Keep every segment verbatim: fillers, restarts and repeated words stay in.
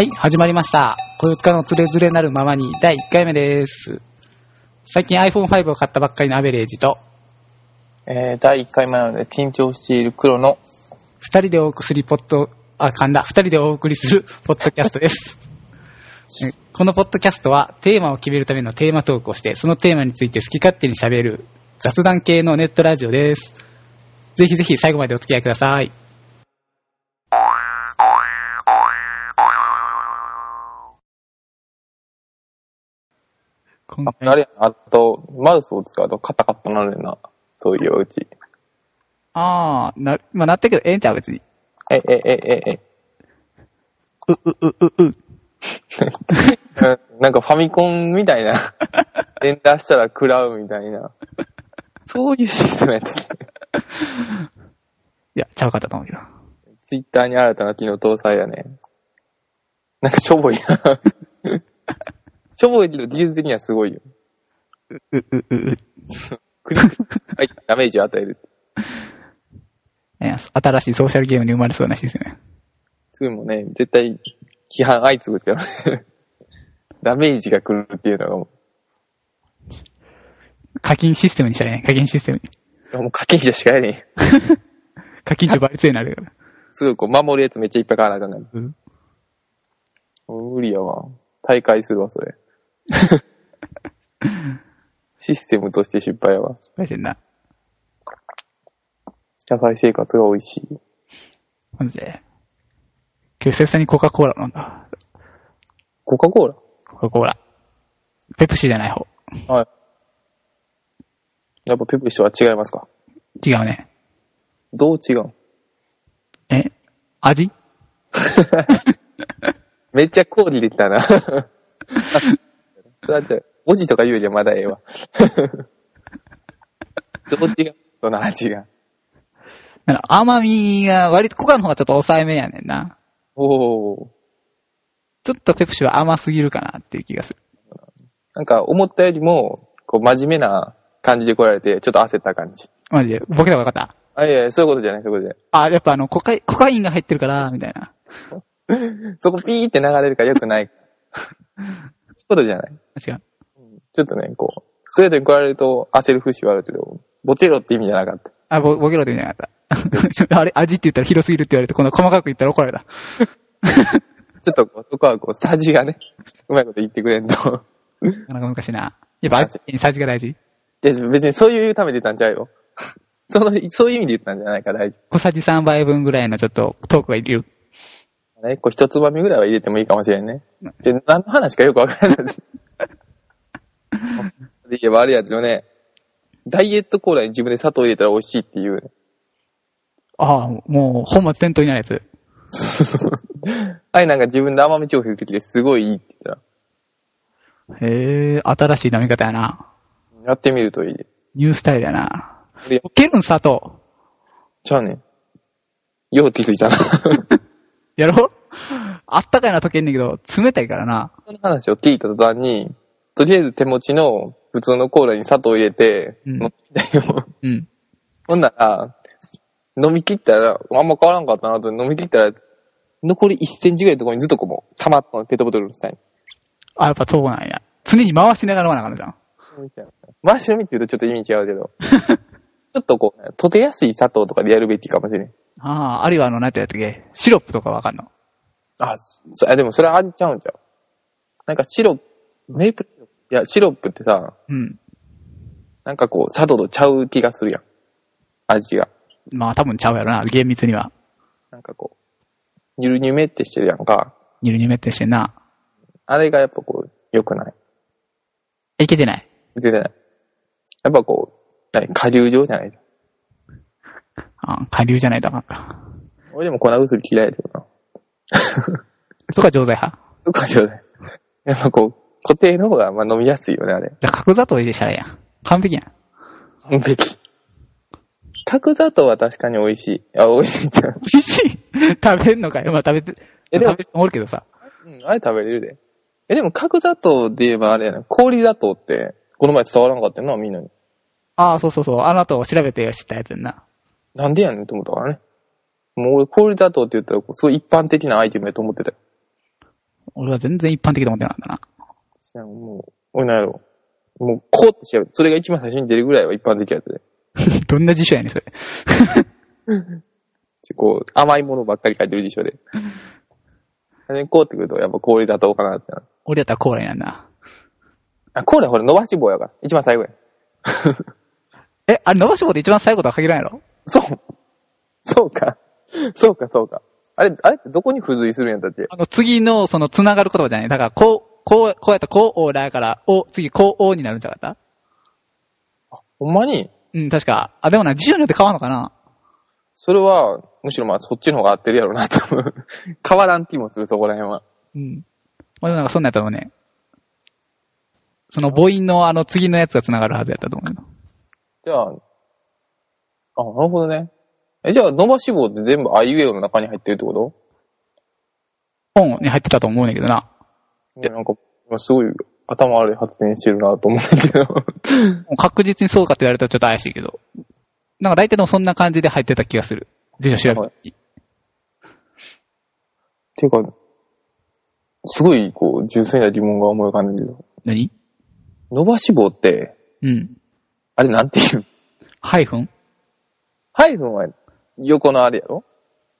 はい、始まりました。こよつかのつれづれなるままにだいいっかいめです。最近 アイフォンファイブ を買ったばっかりのアベレージと、 えー、だいいっかいめなので緊張している黒の二人でお送りポッド、あ、噛んだ、二人でお送りするポッドキャストです。このポッドキャストはテーマを決めるためのテーマトークをして、そのテーマについて好き勝手に喋る雑談系のネットラジオです。ぜひぜひ最後までお付き合いください。 あ, あれあと、マウスを使うとカタカタなるな。そういううち。 あー、な、まあ、なったけど、ええんちゃう別に。 え、え、え、え、え。 う、う、う、う、う。 なんかファミコンみたいな。連打したら食らうみたいな。そういうシステムやったっけ。 いや、ちゃうかったと思うけど。 ツイッターに新たな機能搭載やね。なんかしょぼいな。しょぼいけど技術的にはすごいよ。 う、う、う、う、う。 クリック。はい、ダメージを与える。 新しいソーシャルゲームに生まれそうなシステムや。 ツーもね、絶対批判相次ぐけどね。ダメージが来るっていうのがもう。 課金システムにしたらね、課金システムに。 もう課金じゃしかやねん。課金じゃ倍強になるから。 すごいこう守るやつめっちゃいっぱい買わなあかんから。うん。無理やわ。大会するわ、それ。システムとして失敗やわ。 失敗してんな。 野菜生活が美味しい。 マジで。今日久々にコカ・コーラ飲んだ。 コカ・コーラ？ コカ・コーラ。ペプシじゃない方。 はい。やっぱペプシとは違いますか？ 違うね。 どう違う？ え？味？ めっちゃコーディできたな。だって、文字とか言うじゃまだええわ。どう違う？その味が。 なんか甘みが割とコカの方がちょっと抑えめやねんな。 おー。 ちょっとペプシは甘すぎるかなっていう気がする。 なんか思ったよりも、こう真面目な感じで来られて、ちょっと焦った感じ。 マジで、ボケた方がよかった。 あ、いやいや、そういうことじゃない、そういうことじゃない。 あ、やっぱあの、コカイ、コカインが入ってるから、みたいな。 そこピーって流れるから良くない。そういうことじゃない。 違う。 ちょっとね、こう、ストレートに来られると焦る節はあるけど、ボケろって意味じゃなかった。 あ、ボ、ボケろって意味じゃなかった。あれ、味って言ったら広すぎるって言われて、この細かく言ったら怒られた。 ちょっとこう、そこはこう、さじがね、うまいこと言ってくれんと。 なかなか難しいな。やっぱ味にさじが大事。 別にそういうためで言ったんちゃうよ。その、そういう意味で言ったんじゃないから大事。 小さじさんばいぶんぐらいのちょっとトークがいる。 ね、こう一つまみぐらいは入れてもいいかもしれんね。で、何の話かよくわからない。で言えばあれやけどね、ダイエットコーラに自分で砂糖入れたら美味しいっていう、ね。 ああ、もう本末転倒になるやつ。 あれなんか自分で甘み調整できてすごいいいって言ったら。へえ、新しい飲み方やな。 やってみるといい。 ニュースタイルやな。溶けるん砂糖。 じゃあね。よう気づいたな。 やろ？あったかいな溶けんねんけど、冷たいからな。 その話を聞いた途端に、とりあえず手持ちの普通のコーラに砂糖入れて、飲みたいよ。うん。ほんなら、飲み切ったら、あんま変わらんかったなと飲み切ったら、残りいっセンチぐらいのところにずっとこうもう、溜まったのペットボトルの下に。 あ、やっぱそうなんや。常に回しながら飲まなあかんのじゃん。 回し飲みって言うとちょっと意味違うけど。ちょっとこう、溶けやすい砂糖とかでやるべきかもしれん。 ああ、あるいはあの、なんてやったっけ、シロップとかわかんの？ あ、そ、あ、でもそれは味ちゃうんちゃう。なんかシロップ、メープル、いや、シロップってさ、うん。なんかこう、砂糖とちゃう気がするやん。味が。 まあ多分ちゃうやろな、厳密には。 なんかこう、ニュルニュメってしてるやんか。 ニュルニュメってしてんな。 あれがやっぱこう、良くない。 いけてない。 いけてない。やっぱこう、何、下流状じゃない。 ああ、下流じゃないとあかんか。 俺でも粉薬嫌いだけどな。 そこは錠剤派。 そこは錠剤。やっぱこう、固定の方がまあ飲みやすいよね、あれ。 じゃあ角砂糖入れたらええやん。完璧やん。 完璧。角砂糖は確かに美味しい。あ、美味しいじゃん。 美味しい食べんのかよ。まあ食べて、え、でも食べる人もおるけどさ。 うん、あれ食べれるで。え、でも角砂糖で言えばあれやな。氷砂糖って、この前伝わらんかったよな、みんなに。 ああ、そうそうそう。あの後を調べて知ったやつやんな。 なんでやねんと思ったからね。もう俺氷砂糖って言ったら、すごい一般的なアイテムやと思ってたよ。 俺は全然一般的と思ってなかったな。 いや、もう、俺なんやろ。もう、こうって調べる。それが一番最初に出るぐらいは一般的やつで。 どんな辞書やねん、それ。 こう、甘いものばっかり書いてる辞書で。こうってくると、やっぱ氷だとかなってな。 俺やったらコーラになるな。 あ、コーラほら伸ばし棒やから。一番最後や。 え、あれ伸ばし棒で一番最後とは限らんやろ？ そう。そうか。そうか、そうか。あれ、あれってどこに付随するんやったっけ？ あの、次の、その、繋がる言葉じゃない。だから、こう、こう、こうやったら、こう、オーラやから、お、次、こう、おになるんちゃうかった？ あ、ほんまに？ うん、確か。あ、でもな、辞書によって変わるのかな？ それは、むしろまあ、そっちの方が合ってるやろうな、と思う。変わらん気もする、そこら辺は。 うん。まあ、でもなんかそんなんやったらね、その母音のあの次のやつが繋がるはずやったと思うよ。 じゃあ、あ、なるほどね。え、じゃあ、伸ばし棒って全部あいうえおの中に入ってるってこと？ 本に入ってたと思うねんけどな。 いや、なんか、すごい頭悪い発言してるなと思うんだけど。 確実にそうかって言われたらちょっと怪しいけど。なんか大体でもそんな感じで入ってた気がする。辞書調べて。 ていうか、すごい、こう、純粋な疑問が思い浮かんだけど。 何？ 伸ばし棒って、 うん。 あれなんていう？ ハイフン？ ハイフンは横のあれやろ？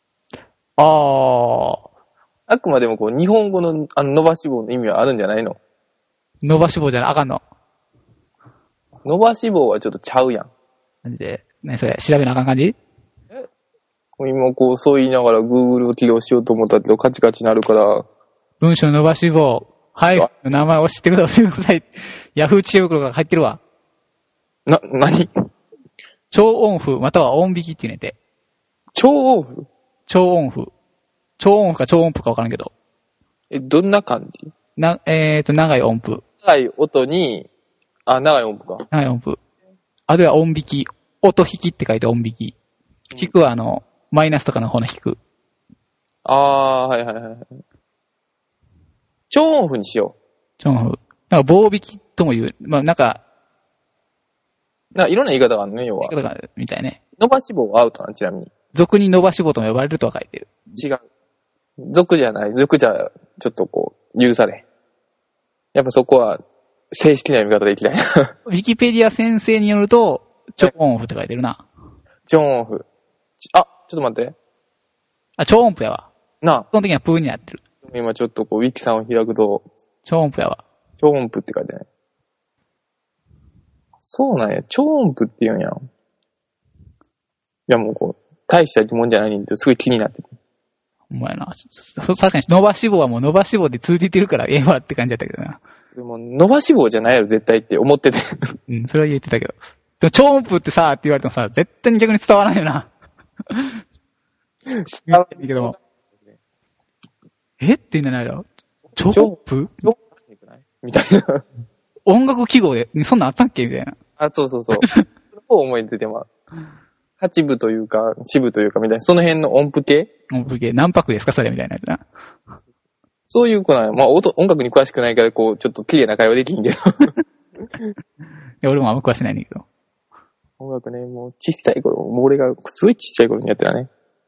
あー。 あくまでもこう、日本語のあの伸ばし棒の意味はあるんじゃないの？ 伸ばし棒じゃなあかんの？ 伸ばし棒はちょっとちゃうやん。 なんで、何それ、調べなあかん感じ？ え？今こう、そう言いながら Google を起動しようと思ったけど、カチカチなるから。 文章伸ばし棒、ハイフンの名前を知ってください。ヤフー知恵袋が入ってるわ。 な、なに？ 超音符、または音引きって言うねんて。 超音符？ 超音符。超音符か超音符かわからんけど。 え、どんな感じ？ な、えーと、長い音符。 長い音に、あ、長い音符か。 長い音符。あるいは音引き。音引きって書いて音引き。引くはあの、マイナスとかの方の引く。 あー、はいはいはい。超音符にしよう。 超音符。なんか棒引きとも言う。まあなんか、 なんかいろんな言い方があるね、要は。 言い方があるみたいね。 伸ばし棒はアウトな、ちなみに。 俗に伸ばし棒とも呼ばれるとは書いてる。 違う。俗じゃない。俗じゃ、ちょっとこう、許され。やっぱそこは、正式な読み方でいきたいな。 ウィキペディア先生によると、超音符って書いてるな。 超音符。あ、ちょっと待って。 あ、超音符やわ。 なあ。 その時にはプーになってる。 今ちょっとこう、ウィキさんを開くと、 超音符やわ。 超音符って書いてない。そうなんや。超音符って言うんや。いやもうこう、大した疑問じゃないんですごい気になってる。 お前な。確かに伸ばし棒はもう伸ばし棒で通じてるからええわって感じだったけどな。 でも、伸ばし棒じゃないやろ、絶対って思ってて。 うん、それは言ってたけど。でも超音符ってさ、って言われてもさ、絶対に逆に伝わらないよな。伝わらないけども。えって言うんじゃないの？超音符？ 超みたいな。 音楽記号で、そんなんあったっけみたいな。 あ、そうそうそう。その方思い出てます。八部というか、四部というかみたいな、その辺の音符系音符系、何拍ですかそれみたいなやつな。 そういう子なんや。まあ音、音楽に詳しくないから、こう、ちょっと綺麗な会話できんけど。いや、俺もあんま詳しないんだけど。 音楽ね、もう小さい頃、もう俺がすごいちっちゃい頃にやってたね。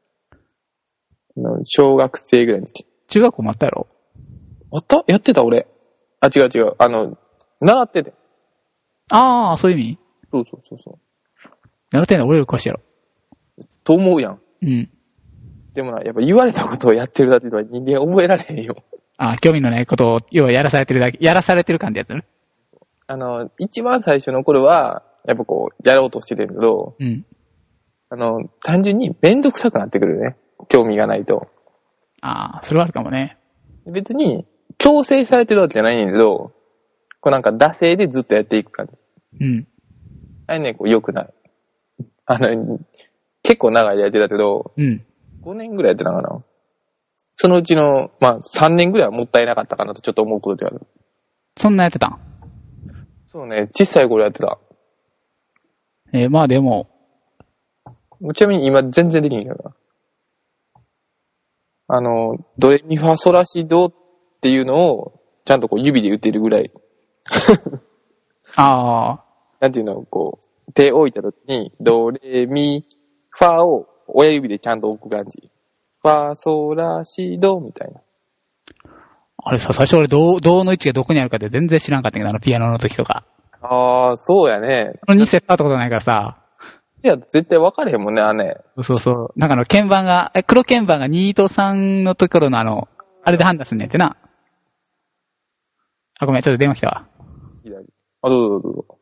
小学生ぐらいの時。 中学校もあったやろ？ あったやってた俺。あ、違う違う。あの、習ってて。 ああ、そういう意味？ そうそうそうそう。 習ってんの俺より詳しいやろ。 と思うやん。 うん。 でもな、やっぱ言われたことをやってるだけでは人間覚えられへんよ。 ああ、興味のないことを、要はやらされてるだけ、やらされてる感じやつね。 あの、一番最初の頃は、やっぱこう、やろうとしてるけど、 うん。 あの、単純にめんどくさくなってくるね。興味がないと。 ああ、それはあるかもね。 別に、強制されてるわけじゃないんだけど、こうなんか惰性でずっとやっていく感じ。 うん。 あれね、こう良くない。あの、結構長い間やってたけど、 うん。 ごねんぐらいやってたかな。そのうちの、まあさんねんぐらいはもったいなかったかなとちょっと思うことである。 そんなやってたん？ そうね、小さい頃やってた。 えー、まあでも。 ちなみに今全然できんけどな。あの、ドレミファソラシドっていうのを、ちゃんとこう指で打ってるぐらい。 ああ。 なんていうの、こう、手を置いたときに、ドレミファを親指でちゃんと置く感じ。ファソラシドみたいな。 あれさ、最初俺銅、銅の位置がどこにあるかって全然知らんかったけど、あのピアノの時とか。 ああ、そうやね。 このに世触ったことないからさ。 いや、絶対分かれへんもんね、あれ。 そうそう。なんかあの鍵盤が、え、黒鍵盤がにとさんのところのあの、あれで判断すんねんってな。あ、ごめん、ちょっと電話来たわ。 左。あ、どうぞどうぞ。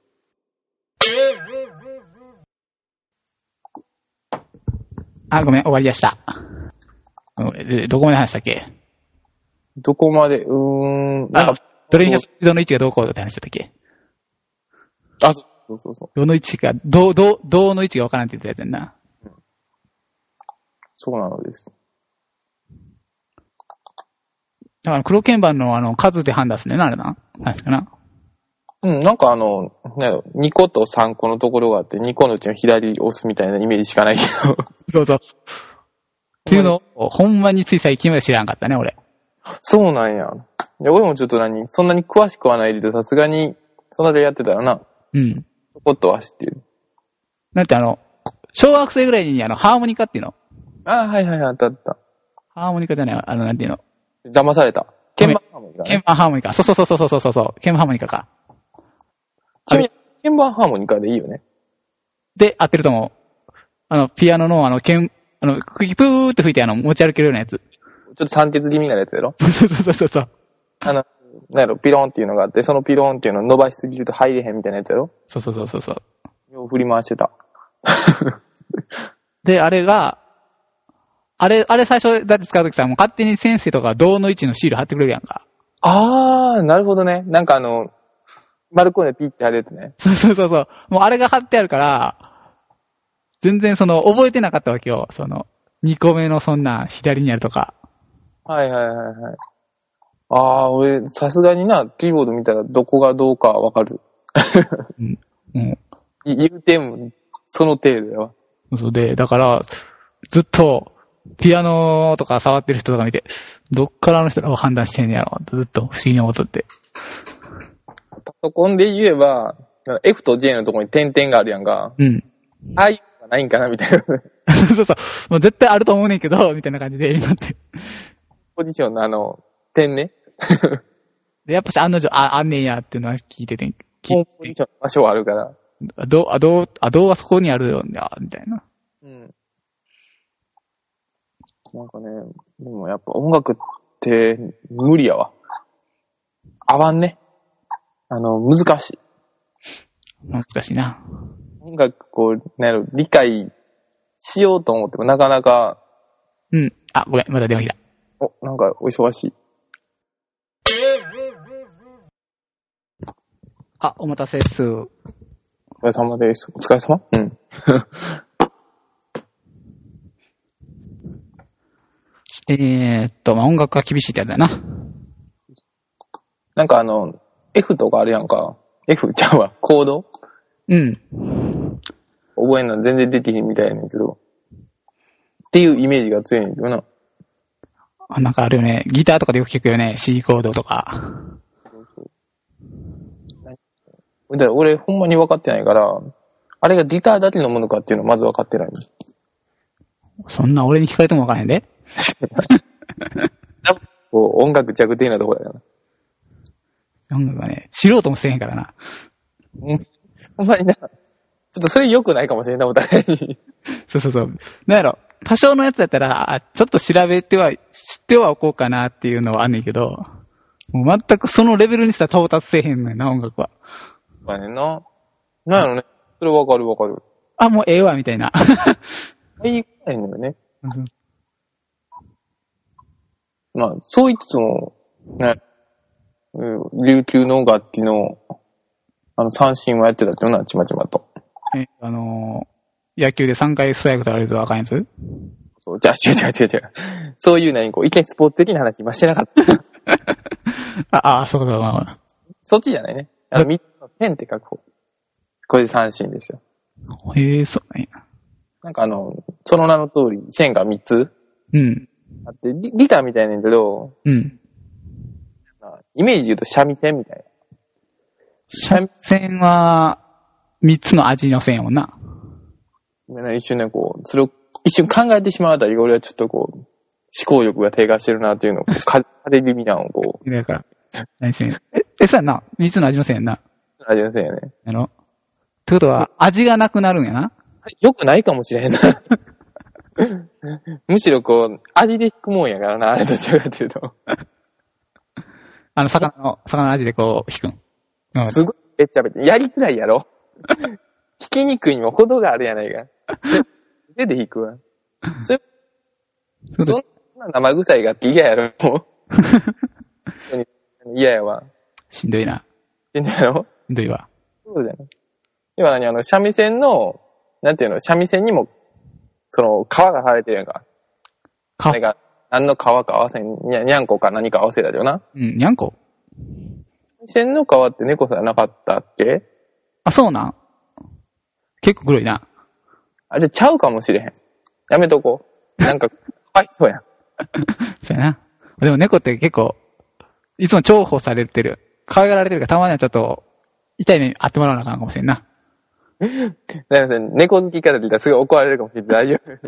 あ、ごめん、終わりやした。どこまで話したっけ？ どこまで、うーん、なんか、 ドレミファソの位置がどうこうって話だったっけ？ あ、そうそうそう。 どの位置か、ど、ど、どの位置がわからんって言ったやつやんな。 うん、そうなのです。 だから黒鍵盤のあの数で判断するんだよな、あれな。確かな。 うん、なんかあの、ね、にことさんこのところがあって、にこのうちの左押すみたいなイメージしかないけど。 そうそう。っていうのを、ほんまについ最近まで知らんかったね、俺。 そうなんや。いや、俺もちょっと何、そんなに詳しくはないけど、さすがに、そんなでやってたらな。 うん。 ちょこっとは知ってる。 なんてあの、小学生ぐらいにあの、ハーモニカっていうの。 ああ、はいはいはい、あったあった。 ハーモニカじゃない、あの、なんていうの。 邪魔された。鍵盤ハーモニカ、ね。 鍵盤ハーモニカ。そうそうそうそうそうそう。鍵盤ハーモニカか。 ちなみに、鍵盤ハーモニカでいいよね。 で、合ってると思う。あの、ピアノのあの、鍵、あの、プーって吹いてあの、持ち歩けるようなやつ。 ちょっと三鉄気味なやつやろ。 そうそうそうそうそう。 あの、なんやろ、ピローンっていうのがあって、そのピローンっていうのを伸ばしすぎると入れへんみたいなやつやろ。 そうそうそうそうそう。 よう振り回してた。 で、あれが、あれ、あれ最初だって使うときさ、もう勝手に先生とか銅の位置のシール貼ってくれるやんか。 あー、なるほどね。なんかあの、丸コーネピッて貼るやつね。 そうそうそうそう。もうあれが貼ってあるから、全然その、覚えてなかったわけよ。その、にこめのそんな左にあるとか。 はいはいはいはい。あー、俺、さすがにな、キーボード見たらどこがどうかわかる。 うん。うん。 言うても、その程度やわ。 そうで、だから、ずっと、ピアノとか触ってる人とか見て、どっからあの人らを判断してんねやろずっと不思議に思っとって。 パソコンで言えば、F と J のところに点々があるやんか。 うん。 ああいうのがないんかなみたいな。 そうそう。もう絶対あると思うねんけど、みたいな感じで今って。 ポジションのあの、点ね。 で、やっぱし案の定、あ、あんねんやっていうのは聞いてて、聞いてて。 ポジションの場所はあるから。 あ、どう、あ、どう、あ、どうはそこにあるよ、みたいな。 うん。なんかね、でもやっぱ音楽って無理やわ。合わんね。あの、難しい。 難しいな。 音楽こう、なんやろ、理解しようと思ってもなかなか。 うん。あ、ごめん、まだ電話来た。 お、なんかお忙しい。 あ、お待たせです。 お疲れ様です。お疲れ様？うん。 えーっと、まあ、音楽が厳しいってやつだな。 なんかあの、F とかあるやんか。F ちゃうわ。コード？ うん。 覚えんの全然出てへんみたいやねんけど。っていうイメージが強いんだよな。 あ、なんかあるよね。ギターとかでよく聞くよね。C コードとか。 そうそう。だ俺ほんまに分かってないから、あれがギターだけのものかっていうのをまず分かってない。 そんな俺に聞かれても分からへんで。 こう音楽弱点なところやな。 音楽はね、素人もせえへんからな。 うん。ほんまにな。ちょっとそれ良くないかもしれんな、お互いに。 そうそうそう。なんやろ。多少のやつやったら、ちょっと調べては、知ってはおこうかなっていうのはあんねんけど、もう全くそのレベルにしたら到達せえへんのよな、音楽は。 まあねんな。なんやろね。それわかるわかる。 あ、もうええわ、みたいな。 言いたいのよね。 うん、 まあ、そう言ってつも、ね、うん、琉球の楽器の、あの、三振はやってたっていうのはちまちまと。 え、あのー、野球でさんかいストライク取られるとあかんやつ？ そう、じゃあ違う違う違う違う。そういう何こう、一見スポーツ的な話今してなかった。 あ、あ、そうか、まあ。 そっちじゃないね。あの、三つの線って書く方。これで三振ですよ。 へえ、そうね。 なんかあの、その名の通り、線が三つ。 うん。 あって、ギギターみたいなんだけど、 うん。 イメージ言うと三味線みたいな。 三味線は、三つの味の線やもんな。 一瞬ね、こう、それを一瞬考えてしまうあたり、俺はちょっとこう、思考力が低下してるなっていうのを、か派手気味なの、こう。 だから。何せん。え、え、そうやんな。蜜の味のせんやんな。 味のせいやね。 やろってことは、味がなくなるんやな。 よくないかもしれんな。むしろこう、味で引くもんやからな、あれどちらかというと。 あの、魚の、魚の味でこう、引くん。 すごい、べっちゃべっちゃ。やりづらいやろ。引きにくいにも程があるやないか。手で引くわ。それ、そんな生臭いがって嫌やろ、もう。嫌やわ。 しんどいな。 しんどいやろしんどいわ。 そうだよね。今何あの、三味線の、なんていうの、三味線にも、その、皮が生えてるやんか。 皮あれが、何の皮か合わせん、にゃ、にゃんこか何か合わせたよな。 うん、にゃんこ三味線の皮って猫さんなかったっけ？ あ、そうなん？結構黒いな。 あ、じゃあちゃうかもしれへん。やめとこう。なんか、はい、そうやん。 そうやな。でも猫って結構、いつも重宝されてる。可愛がられてるから、たまにはちょっと、痛い目にあってもらわなあかんかもしれんな。 だからさ、猫好きから聞いたらすぐ怒られるかもしれない。大丈夫。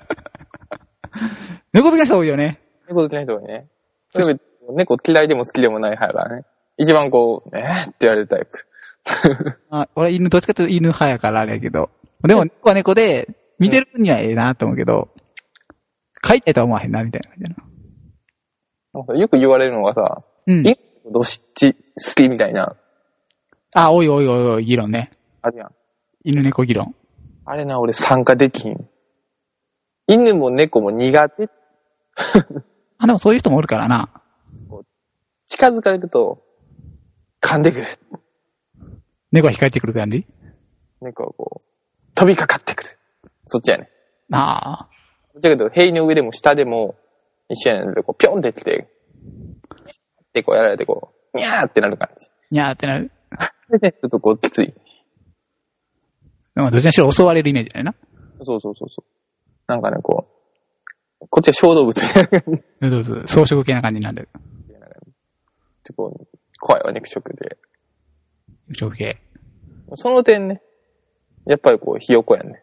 猫好きな人多いよね。 猫好きな人がね。すぐ、猫嫌いでも好きでもない派やからね。一番こう、えーって言われるタイプ。 あ、俺犬、どっちかというと犬派やからあれやけど。でも猫は猫で、見てる分にはええなと思うけど、飼いたいとは思わへんな、みたいな感じだな。 なんかよく言われるのがさ、 うん。 犬どっち好きみたいな。 あ、おいおいおいおい、議論ね。 あるやん。 犬猫議論。 あれな、俺参加できひん。犬も猫も苦手。 あ、でもそういう人もおるからな。 近づかれると、噛んでくる。 猫が控えてくる感じ？ 猫はこう、飛びかかってくる。そっちやね。 ああ。 どっちかというと、塀の上でも下でも、一緒やねんで、こう、ぴょんってきて、で、こうやられて、こう、にゃーってなる感じ。 にゃーってなる。 でね、ちょっとこう、きつい。 でもどっちにしろ襲われるイメージだよな。 そうそうそうそう。なんかね、こう、こっちは小動物みたいな感じ。 どうぞ、草食系な感じになる。 で、こう、怖いわ、肉食で。 肉食系。 その点ね、やっぱりこう、ひよこやね。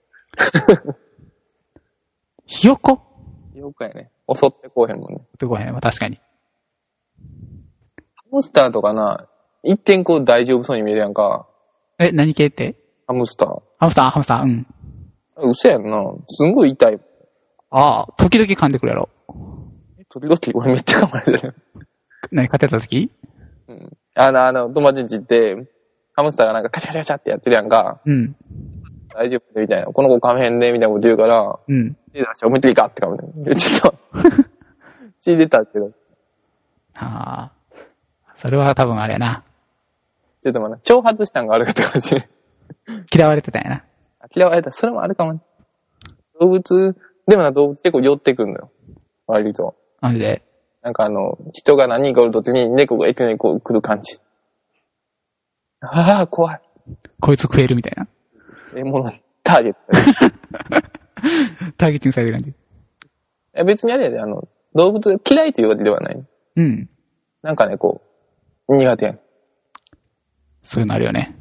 ひよこ？ ひよこやね。襲ってこうへんもんね。 襲ってこへん。まあ、確かに。 ハムスターとかな、一見こう大丈夫そうに見えるやんか。 え、何系って？ ハムスター。 ハムスター、ハムスター、うん。 嘘やんな。すんごい痛い。 ああ、時々噛んでくるやろ。 時々俺めっちゃ噛まれてる。 何、飼ってた時？ うん。あの、あの、友達んち行って、ハムスターがなんかカチャカチャカチャってやってるやんか。 うん。 大丈夫みたいな。この子噛めへんねみたいなこと言うから、 うん。 手出して思いっきりかって噛むね。ちょっと、血出たけど。 ああ。それは多分あれやな。 ちょっとまだ、挑発したんがあるかって感じ。 嫌われてたんやな。 嫌われた。それもあるかもね。動物、でもな、動物結構寄ってくんのよ。割と。 なんで？ なんかあの、人が何人かおるときに猫がいきなりこう来る感じ。ああ、怖い。 こいつ食えるみたいな。 え、もの、ターゲット。 ターゲッティングされる感じ。 え、別にあれやで、あの、動物嫌いというわけではない。 うん。 なんかね、こう、苦手やん。 そういうのあるよね。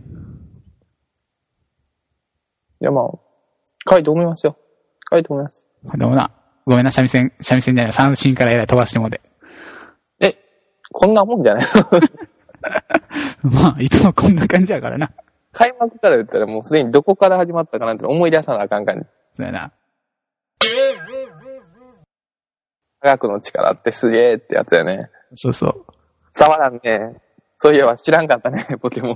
いや、まあ、可愛いと思いますよ。可愛いと思います。 でもな、ごめんな、三味線、三味線じゃない、三振からえらい飛ばしてもで。 え、こんなもんじゃないまあ、いつもこんな感じやからな。 開幕から言ったらもうすでにどこから始まったかなんて思い出さなあかん感じ。 そうやな。 科学の力ってすげえってやつやね。 そうそう。 触らんね。そういえば知らんかったね、ポケモン。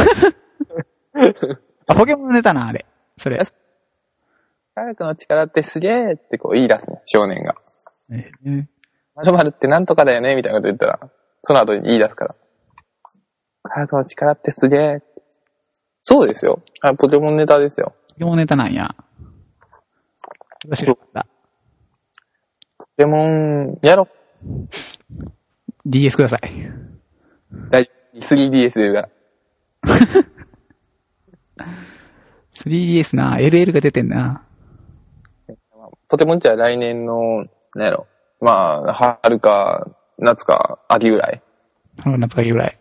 あ、ポケモンネタな、あれ。それ。 科学の力ってすげえってこう言い出すね、少年が。 ええ。 〇〇ってなんとかだよねみたいなこと言ったら、その後に言い出すから。科学の力ってすげえ。そうですよ。あ、ポケモンネタですよ。 ポケモンネタなんや。知らなかった。 ポケモン、やろ。 ディーエス ください。 大丈夫。スリーディーエス 出るから。 スリーディーエス な、エルエル が出てんな。 ポケモンっては来年の、なんやろ。まあ、春か、夏か、秋ぐらい。 春夏秋ぐらい。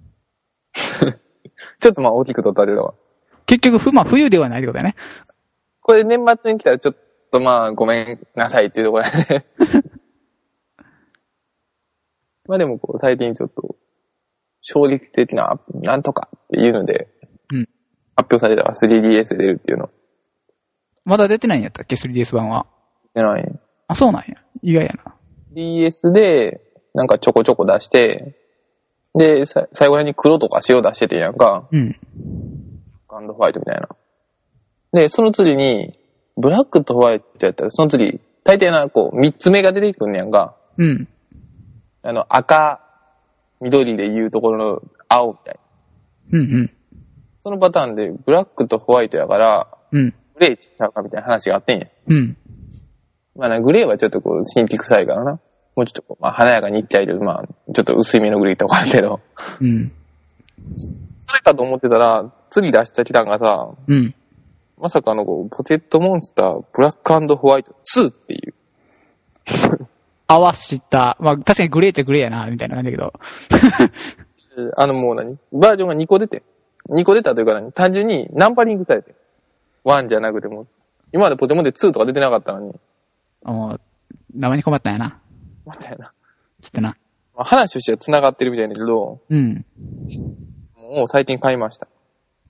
ちょっとまあ大きく取ったけど。 結局、ふ、まあ冬ではないってことだね。 これ年末に来たらちょっとまあごめんなさいっていうところだね。 まあでもこう、最近ちょっと、衝撃的な、なんとかっていうので、 うん。 発表されたわ、スリーディーエス で出るっていうの。 まだ出てないんやったっけ ?スリーディーエス 版は。 出ないね。 あ、そうなんや。意外やな。 ディーエス で、なんかちょこちょこ出して、で、さ最後に黒とか白出しててやんか。 うん。 ガンドホワイトみたいな。で、その次に、ブラックとホワイトやったら、その次、大抵な、こう、三つ目が出てくんねやんか。 うん。 あの、赤、緑でいうところの青みたいな。うんうん。 そのパターンで、ブラックとホワイトやから、 うん。 グレーちゃうかみたいな話があってんや。 うん。 まあな、グレーはちょっとこう、神秘臭いからな。もうちょっとこう、まあ、華やかにいっちゃいる、まあ、ちょっと薄いめのグレーとかあるけど。 うん。 それかと思ってたら、次出したきたんがさ、 うん。 まさかのこう、ポケットモンスター、ブラック&ホワイトツーっていう。 合わした、まあ確かにグレーっちゃグレーやな、みたいな感じだけど。 あのもう何バージョンがにこ出て。にこ出たというか何単純にナンパリングされて。ワンじゃなくても。今までポケモンでツーとか出てなかったのに。 もう、名前に困ったんやな。 困ったよな。 ちょっとな。 まあ、話としては繋がってるみたいだけど、 うん。 もう最近買いました。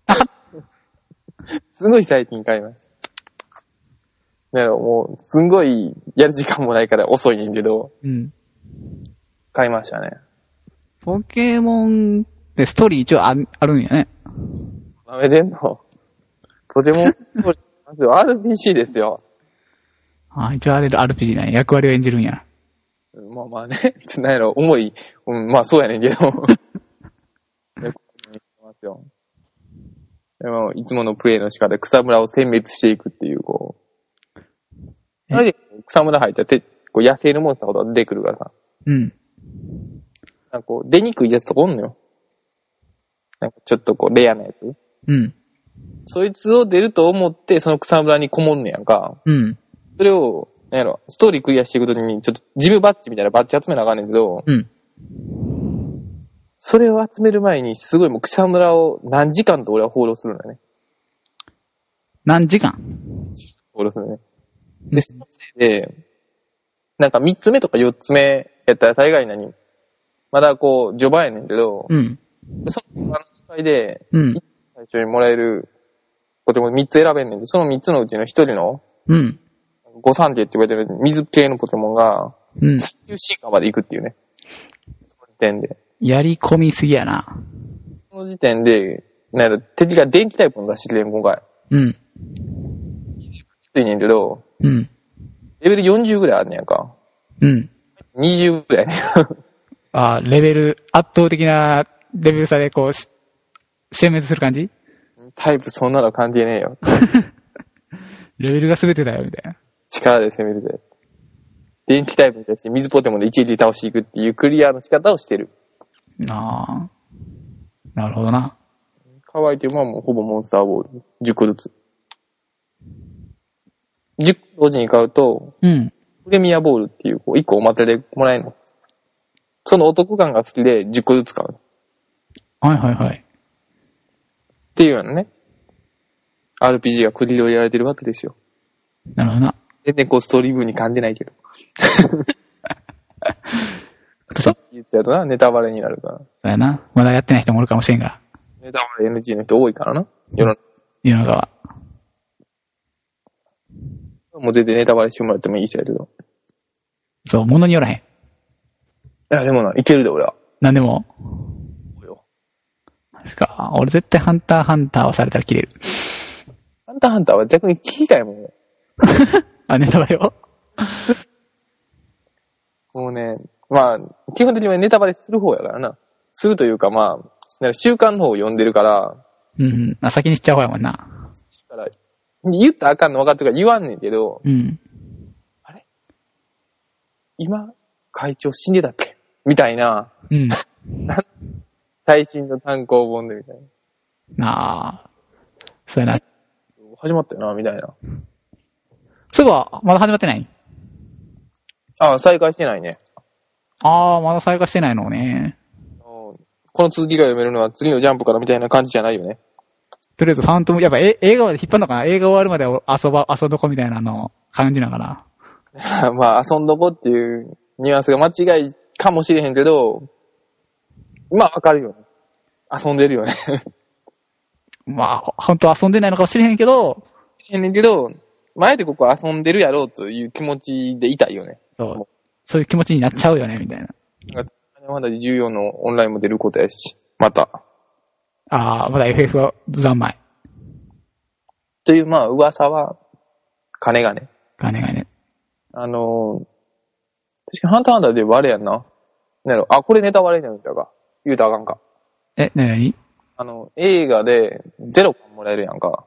すごい最近買いました。だからもう、すんごいやる時間もないから遅いねんけど、 うん。 買いましたね。 ポケモンってストーリー一応ああるんやね。 なめてんのポケモンストーリー、まず アールピージー ですよ。 あ、一応あれ アールピージー なんや。役割を演じるんや。 まあまあね、ちょなんやろ、重い、うん、まあそうやねんけど。ますよ。でも、いつものプレイの仕方で草むらを殲滅していくっていう、こう。なぜ草むら入ったらて、こう野生のモンスターが出てくるからさ。 うん。 なんかこう、出にくいやつとかおんのよ。なんかちょっとこう、レアなやつ。 うん。 そいつを出ると思って、その草むらにこもんねやんか。 うん。 それを、なんやろ、ストーリークリアしていくときに、ちょっとジムバッジみたいなバッジ集めなあかんねんけど、 うん。 それを集める前に、すごいもう草むらを何時間と俺は放浪するんだよね。 何時間放浪するね。で、そのせいで、なんか三つ目とか四つ目やったら大概何まだこう、序盤やねんけど、 うん。 でその序盤の機会で、 うん。 最初にもらえるポケモン三つ選べんねんけど、その三つのうちの一人の、 うん。 御三家って言われてる水系のポケモンが、 うん。 最終進化まで行くっていうね。その時点で。 やり込みすぎやな。 その時点で、なんやろ、敵が電気タイプの出してきてん、今回。 うん。 きついねんけど、 うん。 レベルよんじゅうぐらいあんねやんか。 うん。 にじゅうぐらいね。 あ、レベル、圧倒的なレベル差でこう、し消滅する感じタイプそんなの関係ねえよ。 レベルが全てだよ、みたいな。 力で攻めるぜ。電気タイプに対して水ポケモンで一時倒していくっていうクリアの仕方をしてる。 ああ。なるほどな。 乾いてももうほぼモンスターボール。じゅっこずつ。じゅっこ同時に買うと、 うん。 プレミアボールっていう、こういっこおまけでもらえるの。そのお得感が好きでじゅっこずつ買う。 はいはいはい。 っていうのね。アールピージー が繰り広げられてるわけですよ。 なるほどな。 全然こうストーリー部に噛んでないけど。そう言っちゃうとな、ネタバレになるから。 そうやな。まだやってない人もおるかもしれんが。 ネタバレ エヌジー の人多いからな。世の中。 世の中は。 もう全然ネタバレしてもらってもいい人やけど。 そう、物によらへん。 いや、でもな、いけるで俺は。 なんでも。 そうよ。 ですか。俺絶対ハンターハンターをされたら切れる。 ハンターハンターは逆に聞きたいもん。 あ、ネタバレをもうね、まあ、基本的にはネタバレする方やからな。するというかまあ、なんか習慣の方を読んでるから。 うんうん。あ、先にしちゃう方やもんな。 だから言ったらあかんの分かってるから言わんねんけど。 うん。 あれ今、会長死んでたっけみたいな。 うん。 最新の単行本でみたいな。なあ。そうやな。 始まったよな、みたいな。 そういえば、まだ始まってない？ ああ、再開してないね。 ああ、まだ再開してないのね。 この続きが読めるのは次のジャンプからみたいな感じじゃないよね。 とりあえずファントム、やっぱえ映画まで引っ張るのかな？映画終わるまで遊ば、遊んどこみたいなの感じなのかな。 まあ、遊んどこっていうニュアンスが間違いかもしれへんけど、まあわかるよね。遊んでるよね。 まあ、ほんと遊んでないのかもしれへんけど、 へんねんけど、前でここ遊んでるやろうという気持ちでいたいよね。 そう。そういう気持ちになっちゃうよね、みたいな。 なんか、まだじゅうよんのオンラインも出ることやし、また。 ああ、まだ エフエフ はずざんまい。 という、まあ、噂は、金がね。 金がね。 あのー、確かにハンターハンターではあれやんな。なんやろ、あ、これネタバレになるんちゃうか。言うたらあかんか。 え、なになにあの、映画でゼロ巻もらえるやんか。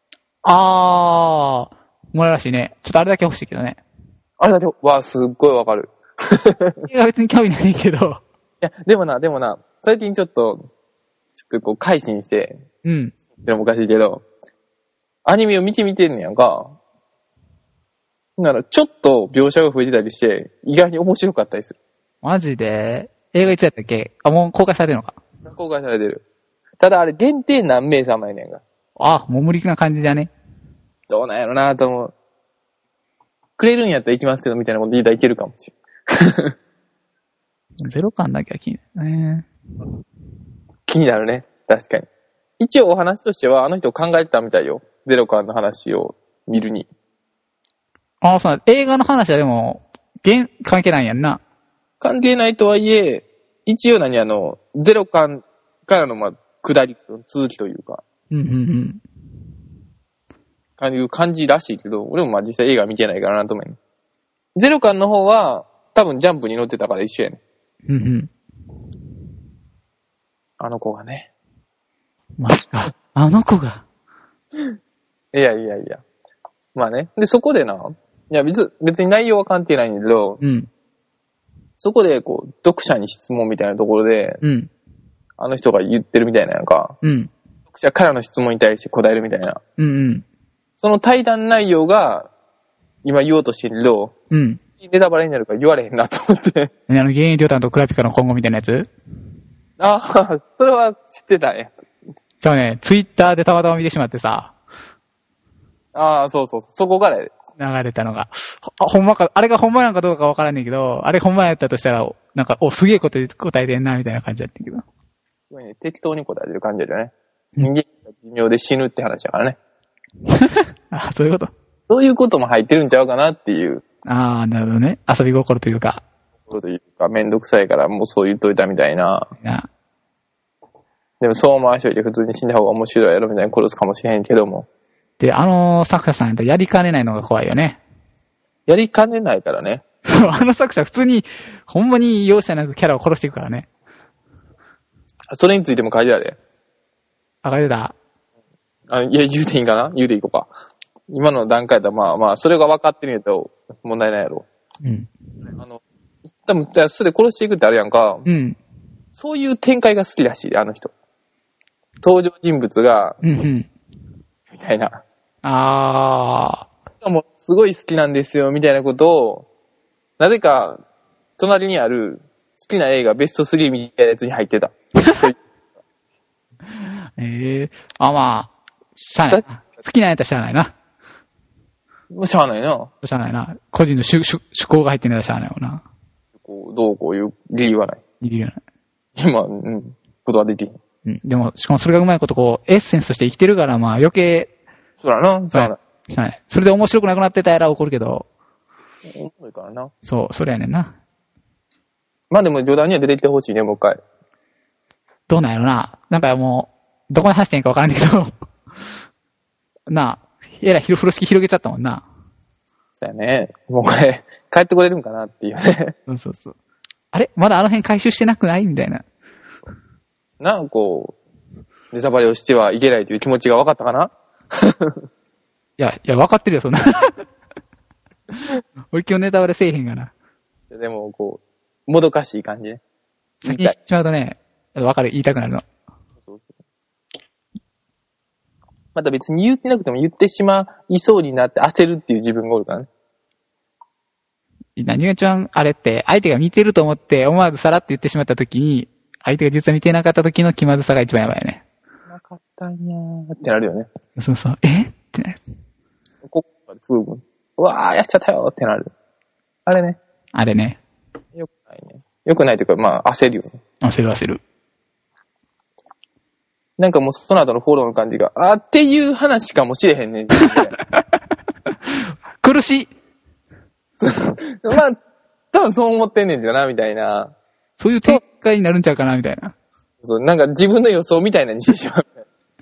あー、もらえるらしいね。ちょっとあれだけ欲しいけどね。 あれだけ、わ、すっごいわかる。 映画別に興味ないけど。いや、でもな、でもな、最近ちょっと、ちょっとこう、改心して、 うん。 でもおかしいけど、アニメを見てみてんねやんか。なら、ちょっと描写が増えてたりして、意外に面白かったりする。 マジで映画いつやったっけ？あ、もう公開されてるのか。 公開されてる。ただあれ限定何名様やねんが。 あ、もう無理な感じだね。 どうなんやろなと思う。くれるんやったら行きますけどみたいなこと言いたらいけるかもしれん。 ゼロ感だけは気になるね。 気になるね。確かに。一応お話としてはあの人考えてたみたいよ。ゼロ感の話を見るに。 あ、そう、映画の話はでも、原関係ないやんな。 関係ないとはいえ、一応何あの、ゼロ感からのまあ、下り、続きというか。 うんうんうん。 感じ、感じらしいけど、俺もまあ実際映画見てないからなんとも言えん。ゼロ感の方は、多分ジャンプに乗ってたから一緒やねん。 うんうん。 あの子がね。 マジか。あの子が。 いやいやいや。まあね。で、そこでな、いや別、別に内容は関係ないんだけど、 うん。 そこでこう、読者に質問みたいなところで、 うん。 あの人が言ってるみたいなやんか。 うん。 読者からの質問に対して答えるみたいな。 うんうん。 その対談内容が、今言おうとしてるけど、 うん。 ネタバレになるから言われへんなと思って。 あの、ゲインリョータンとクラピカの今後みたいなやつああ、それは知ってたね。 じゃあね、ツイッターでたまたま見てしまってさ。 ああ、そうそう、そこから流れたのが。ほ、ほんまか、あれがほんまなんかどうかわからんねんけど、あれほんまやったとしたら、なんか、お、すげえこと答えてんな、みたいな感じだったけど。 すごいね、適当に答えてる感じだよね。人間が寿命で死ぬって話だからね。 あ、そういうこと。 そういうことも入ってるんちゃうかなっていう。 ああ、なるほどね。遊び心というか。 というか、めんどくさいからもうそう言っといたみたいな。 なでもそう回しといて普通に死んだ方が面白いやろみたいに殺すかもしれへんけども。 で、あの作者さんやったらやりかねないのが怖いよね。 やりかねないからね。 そう、あの作者普通に、ほんまに容赦なくキャラを殺していくからね。 それについても書いてあるで。 あ、書いてた。 あ、いや、言うていいんかな言うていいこうか。今の段階だとまあまあ、それが分かってるんやと問題ないやろ。 うん。 あの、多分、それで殺していくってあるやんか。 うん。 そういう展開が好きらしいで、あの人。登場人物が、 うんうん。 みたいな。 あー。もうすごい好きなんですよ、みたいなことを、なぜか、隣にある好きな映画ベストスリーみたいなやつに入ってた。そういうええー、あ、まあ、しゃあないな。好きなやったらしゃあないな。 もうしゃあないな。 しゃあないな。個人の趣趣向が入ってんのはしゃあないよな。 こう、どうこういう理由はない。 理由ない。 今、うん、ことはできん。 うん。でも、しかもそれがうまいことこう、エッセンスとして生きてるから、まあ余計。 そうだな、そうだな。 しゃあない。それで面白くなくなってたら怒るけど。 面白いからな。 そう、それやねんな。 まあでも冗談には出てきてほしいね、もう一回。 どうなんやろな。なんかもう、どこに走ってんかわからんけど。なあ、えらい風呂敷広げちゃったもんな。 そうやね。もうこれ、帰ってこれるんかなっていうね。 そうそうそう。あれまだあの辺回収してなくないみたいな。 なんかこう、ネタバレをしてはいけないという気持ちが分かったかないや、いや、分かってるよ、そんな。俺今日ネタバレせえへんがな。 でも、こう、もどかしい感じね。 先に知っちまうとね、分かる、言いたくなるの。 そうそうまた別に言ってなくても言ってしまいそうになって焦るっていう自分がおるからね。 何がちゃん、あれって、相手が見てると思って思わずさらって言ってしまった時に、相手が実は見てなかった時の気まずさが一番やばいよね。 なかったんやーってなるよね。 そうそう。えってなる。 ここまですぐ、うわー、やっちゃったよーってなる。あれね。 あれね。 よくないね。 良くないというか、まあ焦るよね。 焦る焦る。 なんかもうその後のフォローの感じが、あっていう話かもしれへんねん。 苦しい。 まあ、多分そう思ってんねんじゃな、みたいな。 そういう展開になるんちゃうかな、みたいな。 そう、なんか自分の予想みたいなにしてしまう。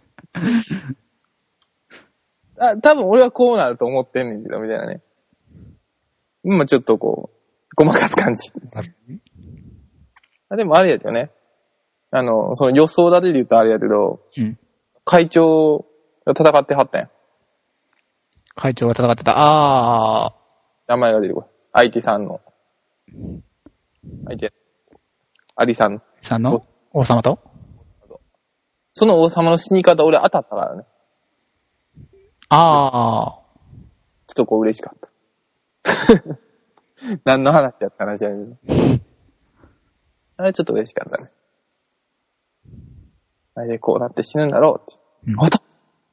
あ、多分俺はこうなると思ってんねんけど、みたいなね。まあちょっとこう、ごまかす感じ。あでもあれやけどね。あの、その予想立てで言うとあれやけど、うん、会長が戦ってはったんや。 会長が戦ってた。ああ。 名前が出てこい。相手さんの。相手。アリさん。 さんの王様とその王様の死に方俺当たったからね。 ああ。 ちょっとこう嬉しかった。何の話やった話やけど。あれちょっと嬉しかったね。あれでこうなって死ぬんだろうって。うん、あた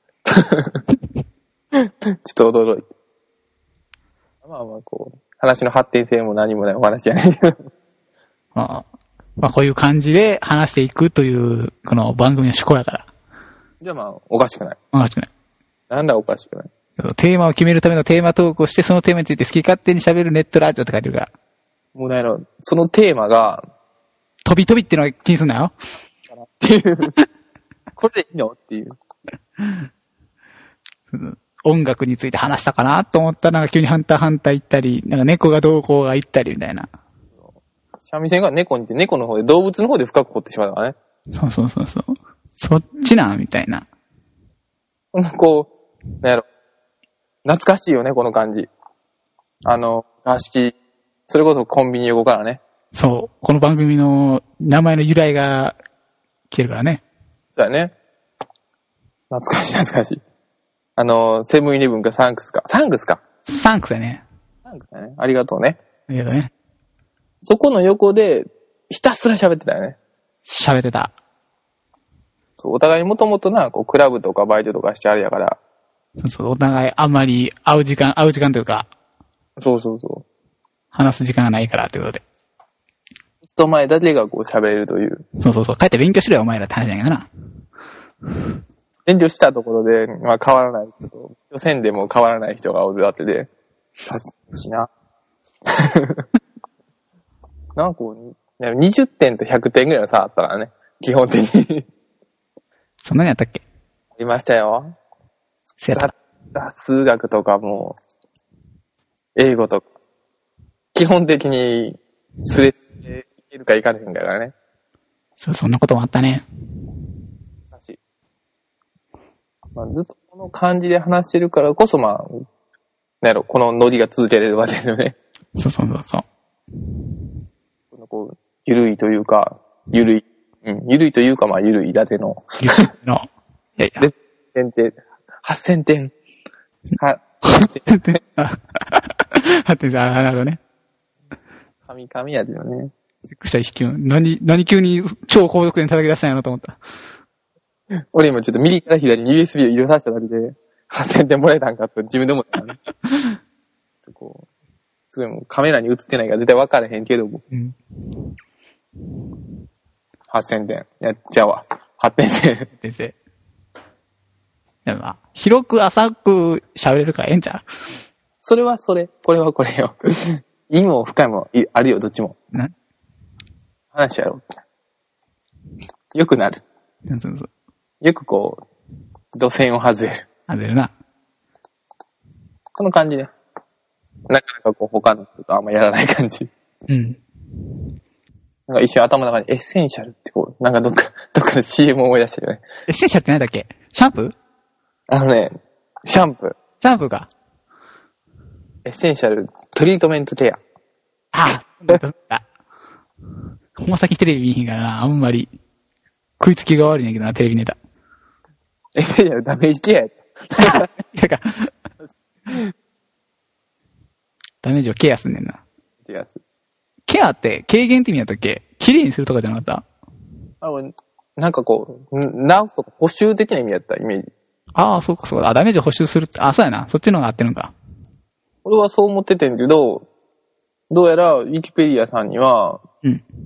ちょっと驚いて。まあまあこう、話の発展性も何もないお話やねんけど。 まあ、まあこういう感じで話していくという、この番組の趣向やから。 じゃあまあ、おかしくない。 おかしくない。 なんだおかしくない。 テーマを決めるためのテーマトークをして、そのテーマについて好き勝手に喋るネットラジオって書いてるから。 もうね、そのテーマが、 飛び飛びっていうのは気にすんなよ。 っていう。これでいいのっていう。 音楽について話したかなと思ったら、なんか急にハンターハンター行ったり、なんか猫がどうこうが行ったりみたいな。 三味線が猫に行って、猫の方で、動物の方で深く掘ってしまうからね。 そうそうそうそう。そっちなみたいな。 こう、なんやろ。懐かしいよね、この感じ。あの、合式、それこそコンビニ横からね。 そう。この番組の名前の由来が来てるからね。 そうだね。懐かしい、懐かしい。あの、セブンイレブンかサンクスか。サンクスか。 サンクスだね。 サンクスだね。ありがとうね。 ありがとうね。 そこの横で、ひたすら喋ってたよね。 喋ってた。 そう、お互いにもともとな、こう、クラブとかバイトとかしてあれやから。 そうそう、お互いあんまり会う時間、会う時間というか。 そうそうそう。 話す時間がないからということで。 ちょっとお前だけがこう喋れるという。 そうそうそう。帰って勉強しろよ、お前らって話なんやけどな。 勉強したところで、まあ変わらない人と、予選でも変わらない人がおるわけで、さしな。なんかこう、にじゅってんとひゃくてんぐらいの差あったからね。基本的に。 そんなにあったっけ？ ありましたよ。数学とかも、英語とか。基本的に、すれすれいけるかいかれへんかからね。 そう、そんなこともあったね。 まあ、ずっとこの感じで話してるからこそ、まあ、なんやろ、このノリが続けられるわけだよね。 そうそうそうそう。 こう、ゆるいというか、ゆるい。うん、ゆるいというか、まあ、ゆるいだけの。 ゆるいの。いやいや。 で、点って、はっせんてん。は、 はっせんてん。はっせんてん、あ、なるほどね。 神々やでよね。 びっくりした、急に。何、何急に超高速で叩き出したんやろと思った。 俺今ちょっと右から左に ユーエスビー を入れさせただけで、はっせんてんもらえたんかって自分で思ったからね。こう、すごいもうカメラに映ってないから絶対分からへんけども。うん、はっせんてん。やっちゃうわ。はってんせん。 先生。でもまあ、広く浅く喋れるからええんちゃう？ それはそれ。これはこれよ。意味も深いもあるよ、どっちも。な話やろう。よくなる。 そうそう。 よくこう、路線を外れる。 外れるな。 この感じね。なかなかこう他の人とあんまやらない感じ。うん。なんか一瞬頭の中にエッセンシャルってこう、なんかどっか、どっかの シーエム を思い出してるね。 エッセンシャルって何だっけ？シャンプー？ あのね、シャンプー。 シャンプーか。 エッセンシャルトリートメントケア。 ああ、ほんま先テレビ見へんからな、あんまり。食いつきが悪いんやけどな、テレビネタ。 エッセンシャルダメージケアやった。 ダメージをケアすんねんな。 ケアす。 ケアって軽減って意味だったっけ？綺麗にするとかじゃなかった？ あの、なんかこう、直すとか補修的な意味やったイメージ。 ああ、そうかそうか。あ、ダメージを補修するって、あ、そうやな。そっちのが合ってるのか。 俺はそう思っててんけど、どうやらウィキペディアさんには、うん。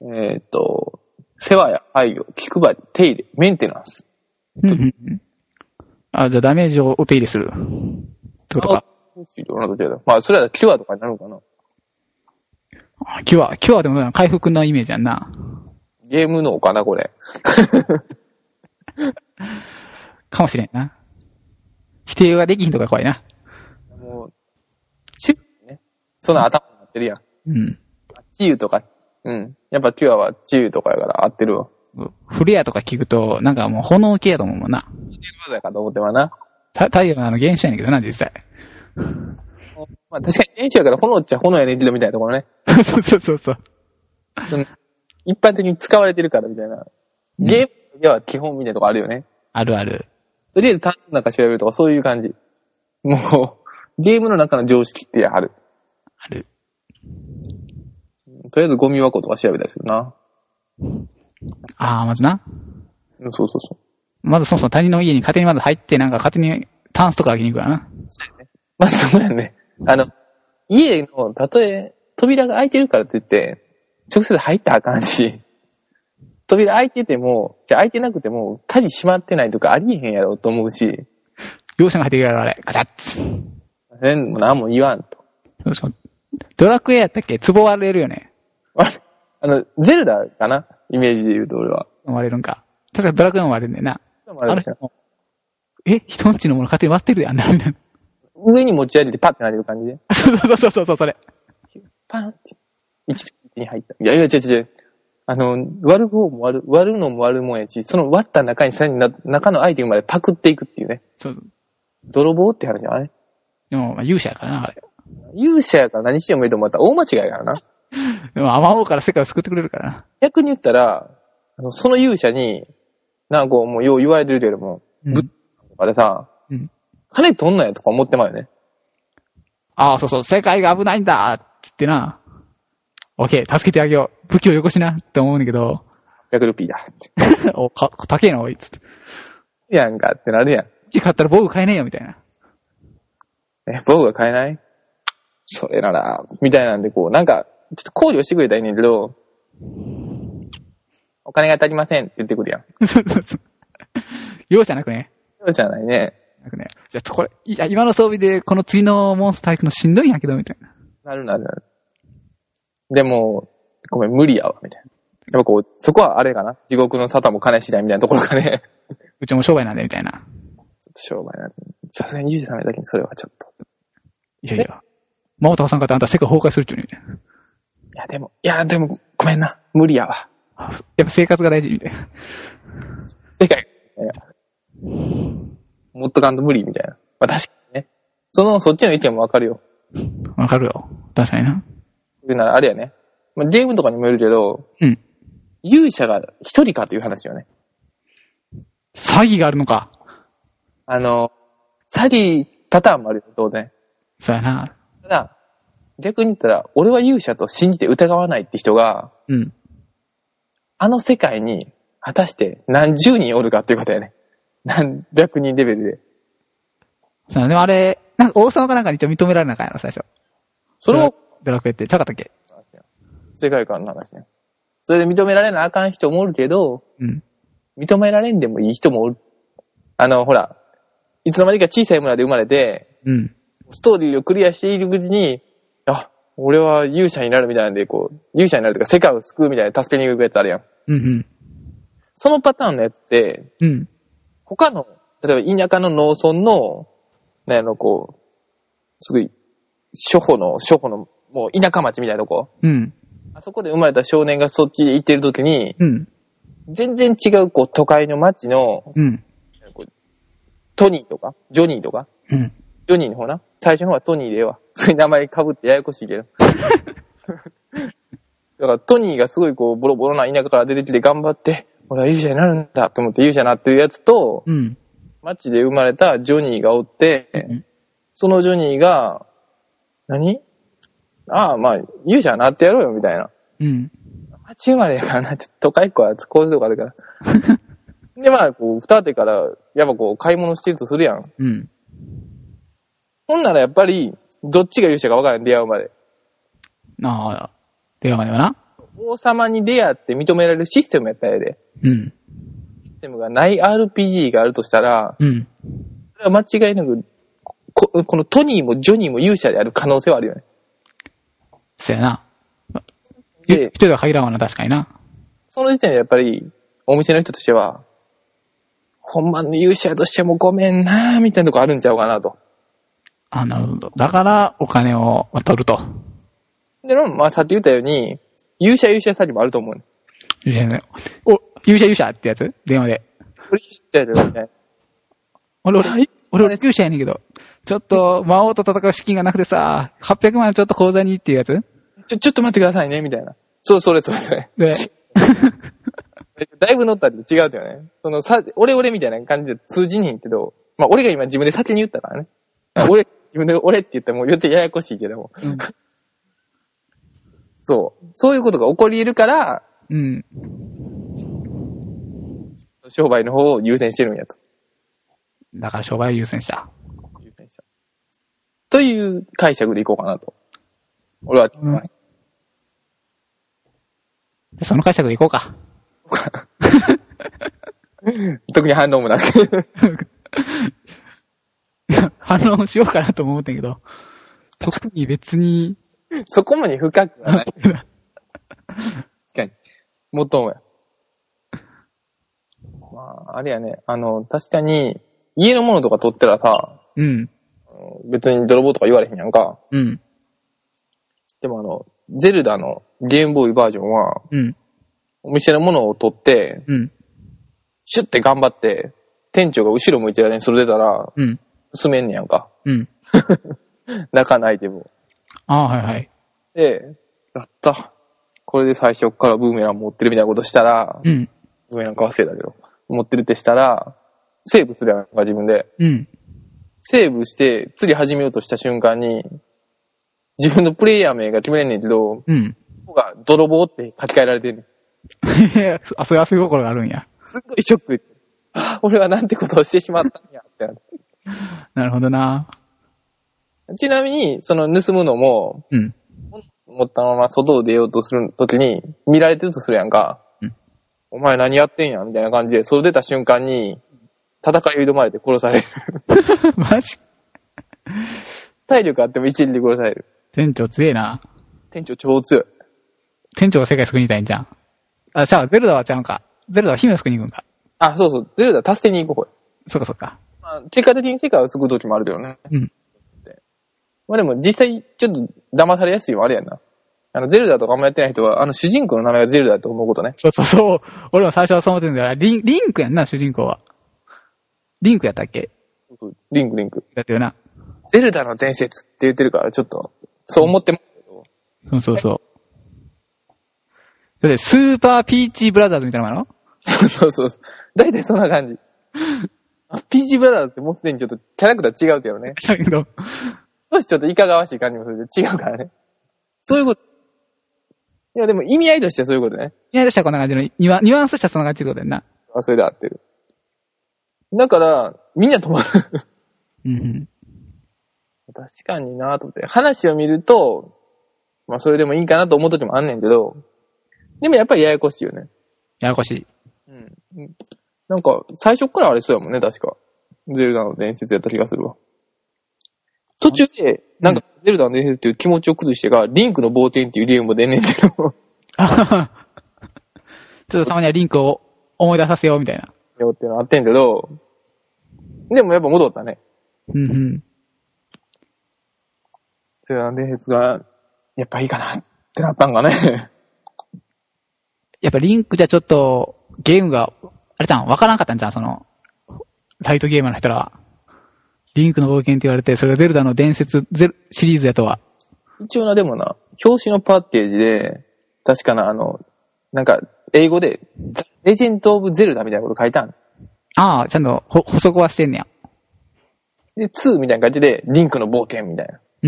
えっと、世話や配慮、気配り、手入れ、メンテナンス。 うんうん。あ、じゃあダメージをお手入れする。ってことか。 まあ、それはキュアとかになるのかな。 あ、キュア、キュアでも回復のイメージやんな。 ゲームのかな、これ。 かもしれんな。否定ができひんとか怖いな。 もう、チューね。その頭になってるやん。 うん。 チユとか、うん。やっぱキュアはチユとかやから合ってるわ。 フレアとか聞くと、なんかもう炎系やと思うもんな。 そうだかと思ってはな。 た太陽のあの原子やねんけどな、実際。 まあ確かに原子やから炎っちゃ炎やねんけどみたいなところね。 そうそうそうそう。 その一般的に使われてるからみたいな。ゲームでは基本みたいなとこあるよね。 あるある。 とりあえず単純なんか調べるとかそういう感じ。もう、ゲームの中の常識ってある。 ある。 とりあえずゴミ箱とか調べたりするな。 ああ、まずな。 うん、そうそうそう。 まずそもそも他人の家に勝手にまず入って、なんか勝手にタンスとか開けに行くからな。 そうやね。まずそうやね。あの、家の、たとえ扉が開いてるからといって、直接入ったらあかんし、扉開いてても、じゃ開いてなくても、鍵閉まってないとかありえへんやろと思うし。 業者が入ってくるからあれ、ガチャッツ。 え、もう何も言わんと。 そうそう。ドラクエやったっけ？壺割れるよね。 あれあの、ゼルダかなイメージで言うと俺は。 割れるんか。確かドラクエも割れるんだよな。 あれえ、人んちのもの勝手に割ってるやんな、みたいな。 上に持ち上げてパッてなれる感じで。 そうそうそうそう、それ。 パンって。一気に入った。いやいや、違う違う。あの、割る方も割る、割るのも割るもんやし、その割った中にさらにな中のアイテムまでパクっていくっていうね。 そう。 泥棒って話じゃない？ でも、まあ、勇者やからな、あれ。 勇者やから何してもいいと思ったら大間違いやからな。 でも、甘王から世界を救ってくれるからな。 逆に言ったら、あのその勇者に、なんかこう、もうよう言われてるけども、 うん、 ぶっとかでさ、 うん、 金取んなよとか思ってまうよね。 ああ、そうそう、世界が危ないんだってってな。オッケー、助けてあげよう。武器をよこしなって思うんだけど。 ひゃくルピーだって。 お、か、高えな、おい、つって。 いやんかってなるやん。 武器買ったら防具買えねえよ、みたいな。 え、防具が買えない？それなら、みたいなんでこう、なんか、ちょっと考慮してくれたらいいねんけど、お金が足りませんって言ってくるやん。 そうそうそう。容赦なくね。 そうじゃないね。 なくね。じゃあ、これ、いや、今の装備でこの次のモンスター行くのしんどいんやけど、みたいな。 なるなるなる。でも、ごめん、無理やわ、みたいな。やっぱこう、そこはあれかな。地獄の沙汰も金次第みたいなところがね。 うちも商売なんで、みたいな。ちょっと商売なんで。さすがにゆうじさんだけにそれはちょっと。 いやいや。真央高さんかってあんた世界崩壊するっちゅうね。 いや、でも、いや、でも、ごめんな。無理やわ。 やっぱ生活が大事みたいな。 世界。いやもっとかんと無理みたいな。まあ確かにね。その、そっちの意見もわかるよ。 わかるよ。確かにな。 言うならあれやね。まあ、ゲームとかにもよるけど、 うん。 勇者が一人かという話よね。 詐欺があるのか。 あの、詐欺パターンもあるよ、当然。 そうやな。 ただ、逆に言ったら、俺は勇者と信じて疑わないって人が、 うん。 あの世界に、果たして何十人おるかっていうことやね。何百人レベルで。 そうでもあれ、なんか王様かなんかに一応認められなかったやろ、最初。 それを、 ドラクエって、ちゃかったっけ？ 世界観の話ね。それで認められなあかん人もおるけど、 うん。 認められんでもいい人もおる。あの、ほら、いつの間にか小さい村で生まれて、 うん。 ストーリーをクリアしているうちに、あ、俺は勇者になるみたいなんで、こう、勇者になるとか世界を救うみたいな助けに行くやつあるやん。 うんうん。 そのパターンのやつって、 うん。 他の、例えば田舎の農村の、ね、あの、こう、すごい、初歩の、初歩の、もう田舎町みたいなとこ。 うん。 あそこで生まれた少年がそっちで行ってるときに、 うん。 全然違う、こう、都会の町の、 うん。 トニーとか、ジョニーとか、 うん。 ジョニーの方な。最初の方はトニーでええわ。そういう名前被ってややこしいけど。だからトニーがすごいこう、ボロボロな田舎から出てきて頑張って、俺は勇者になるんだと思って勇者になってるやつと、 うん。 町で生まれたジョニーがおって、うん、そのジョニーが、何ああ、まあ、勇者になってやろうよ、みたいな。 うん。 町生まれやからな、ちょっと都会っ子はこういうとこあるから。で、まあ、こう、二手から、やっぱこう、買い物してるとするやん。 うん。 ほんならやっぱり、どっちが勇者か分からん、出会うまで。 ああ、出会うまではな。 王様に出会って認められるシステムやったらやで。 うん。 システムがない アールピージー があるとしたら、 うん。 それは間違いなく、こ, このトニーもジョニーも勇者である可能性はあるよね。 そうやな。一人は限らんわな、確かにな。 その時点でやっぱり、お店の人としては、ほんまの勇者としてもごめんなーみたいなとこあるんちゃうかなと。 あ、なるほど。だから、お金を取ると。 でも、まあ、さっき言ったように、勇者勇者詐欺もあると思うね。 いやね。お、勇者勇者ってやつ電話で。 俺勇者やで、ね。 俺、俺、俺、俺勇者やねんけど、ちょっと、魔王と戦う資金がなくてさ、はっぴゃくまんちょっと口座にっていうやつちょ、ちょっと待ってくださいね、みたいな。そう、それ、それ、それ。 で、 だいぶ乗ったって違うだよね。その、さ、俺俺みたいな感じで通じにんけど、まあ、俺が今自分で先に言ったからね。俺、自分で俺って言ったらもう言ってややこしいけども。うん、そう。そういうことが起こり得るから、 うん。 商売の方を優先してるんやと。 だから商売を優先した。 優先した。という解釈でいこうかなと。俺は、うん、 その解釈でいこうか。 特に反応もなく。 反応しようかなと思ってんけど、特に別に。 そこまで深くはない。確かに。もっともや。まあ、あれやね、あの、確かに、家のものとか取ったらさ、 うん。 別に泥棒とか言われへんやんか。 うん。 でもあの、ゼルダのゲームボーイバージョンは、 うん。 お店のものを取って、 うん。 シュッて頑張って、店長が後ろ向いてる間にそれ出たら、 うん。 盗めんねやんか。 うん。 中のアイテムを。 ああ、はいはい。 で、やった。これで最初からブーメラン持ってるみたいなことしたら、 うん。 ブーメランか忘れたけど、持ってるってしたら、セーブするやんか、自分で。 うん。 セーブして、釣り始めようとした瞬間に、自分のプレイヤー名が決めれんねんけど、 うん。 ここが泥棒って書き換えられてるねん。 あ、そういう遊び心があるんや。 すっごいショック。俺はなんてことをしてしまったんやってなって。 なるほどな。 ちなみに、その盗むのも、 うん。 持ったまま外を出ようとするときに、見られてるとするやんか。 うん。 お前何やってんやみたいな感じで、それ出た瞬間に、戦い挑まれて殺される。 マジ体力あっても一撃で殺される。 店長強えな。 店長超強い。 店長が世界救いにたいんじゃん。あ、じゃあ、ゼルダはちゃうんか。ゼルダは姫を救いに行くんか。 あ、そうそう。ゼルダ助けに行こう、これ。 そっかそっか。 まあ、結果的に世界を救う時もあるけどね。 うん。 まあでも実際、ちょっと騙されやすいはあれやんな。あの、ゼルダとかあんまやってない人は、あの主人公の名前がゼルダだと思うことね。 そうそうそう。俺も最初はそう思ってるんだから、リン、リンクやんな、主人公は。リンクやったっけ？ リンクリンク。 だったよな。 ゼルダの伝説って言ってるから、ちょっと、そう思ってますけど。 そうそうそう。それで、スーパーピーチブラザーズみたいなのなの？ そうそうそう。だいたいそんな感じ。ピーチブラザーズってもうすでにちょっとキャラクター違うけどね。 だけど。 少しちょっといかがわしい感じもするけど違うからね。そういうこと。いやでも意味合いとしてはそういうことね。 意味合いとしてはこんな感じの、ニュアニュアンスとしてはそんな感じってことだよな。 あ、それで合ってる。だから、みんな止まる。 うんうん。 確かになぁと思って。話を見ると、まあそれでもいいかなと思う時もあんねんけど、でもやっぱりややこしいよね。 ややこしい。 うん。なんか、最初からあれそうやもんね、確か。ゼルダの伝説やった気がするわ。途中で、なんか、ゼルダの伝説っていう気持ちを崩してが、リンクの冒険っていうゲームも出んねんけど。ちょっとたまにはリンクを思い出させようみたいな。 よっていうのあってんけど、でもやっぱ戻ったね。 うんうん。 ゼルダの伝説が、やっぱいいかなってなったんかね。 やっぱリンクじゃちょっと、ゲームが、あれじゃん、わからんかったんじゃん、その、ライトゲーマーの人らは。リンクの冒険って言われて、それがゼルダの伝説ゼルシリーズやとは。 一応な、でもな、表紙のパッケージで、確かな、あの、なんか、英語で、レジェンド・オブ・ゼルダみたいなこと書いてある。 ああ、ちゃんとほ補足はしてんねや。 で、ツーみたいな感じで、リンクの冒険みたいな。 うん。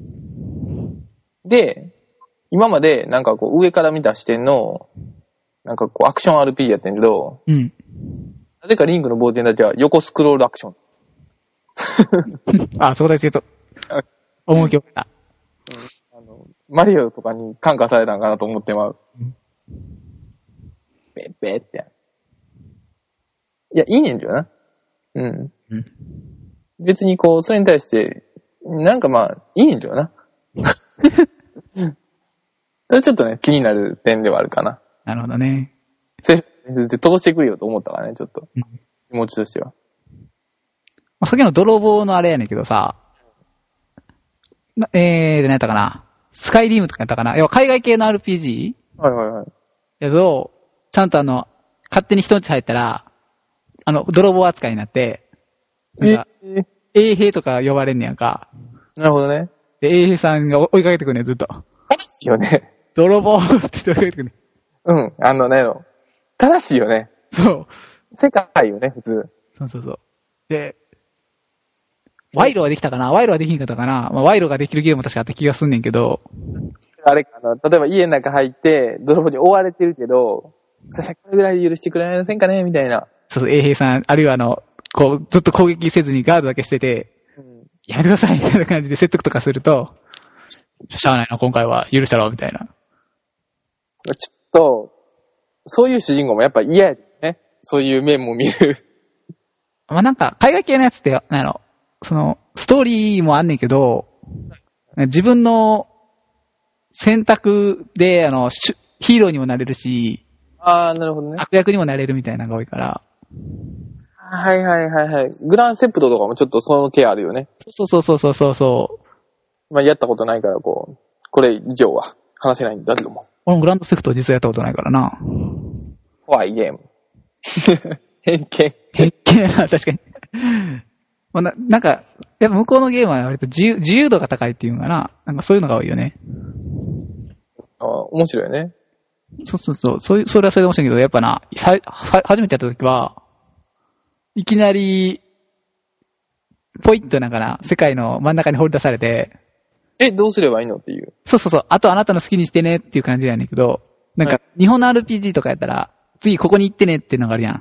で、今まで、なんかこう、上から見た視点の、なんかこう、アクション アールピージー やってんけど、 うん。 なぜかリンクの冒険だけは横スクロールアクション。 あ、そこだけ言うと、思いきった。 うん。あの、 の、マリオとかに感化されたんかなと思ってまう。ペッペーって。いや、いいねんじゃな。うん。うん。別にこう、それに対して、なんかまあ、いいねんじゃな。それちょっとね、気になる点ではあるかな。 なるほどね。 それ、飛してくれよと思ったからね、ちょっと。うん、気持ちとしては。 まあ、さっきの泥棒のあれやねんけどさ、えー、何やったかな。スカイリームとかやったかな。要は海外系の アールピージー? はいはいはい。 やけど、ちゃんとあの、勝手に人んち入ったら、あの、泥棒扱いになって、なんか、えー、衛兵とか呼ばれんねやんか。 なるほどね。 で、衛兵さんが追いかけてくんねん、ずっと。 正しいよね。 泥棒って追いかけてくんねん。 うん、あのね、正しいよね。 そう。 世界よね、普通。 そうそうそう。で、賄賂はできたかな賄賂はできんかったかな、まあ、賄賂ができるゲームも確かあった気がすんねんけど。 あれかな、例えば家の中入って、泥棒に追われてるけど、さっきぐらい許してくれませんかねみたいな。 そう、衛兵さん、あるいはあの、こう、ずっと攻撃せずにガードだけしてて、うん、やめてくださいみたいな感じで説得とかすると、しゃあないな、今回は許したろ、みたいな。 ちょっと、そういう主人公もやっぱ嫌やね。そういう面も見る。 まあなんか、海外系のやつって、なんやろ、その、ストーリーもあんねんけど、自分の選択で、あの、ヒーローにもなれるし、 ああ、なるほどね。 悪役にもなれるみたいなのが多いから。 はいはいはいはい。グランセプトとかもちょっとその手あるよね。 そうそうそうそうそうそう。 まあやったことないからこう、これ以上は話せないんだけども。 俺もグランドセプト実はやったことないからな。 怖いゲーム。偏見。 偏見は確かに。まあ、な, なんか、やっぱ向こうのゲームは割と自由、自由度が高いっていうのかな。なんかそういうのが多いよね。 ああ、面白いよね。 そうそうそう。そういう、それはそれで面白いけど、やっぱな、さ初めてやった時は、いきなり、ポイッとなんかな、世界の真ん中に放り出されて、 え、どうすればいいのっていう。 そうそうそう。あとあなたの好きにしてねっていう感じやねんけど、なんか、日本の アールピージー とかやったら、次ここに行ってねっていうのがあるやん。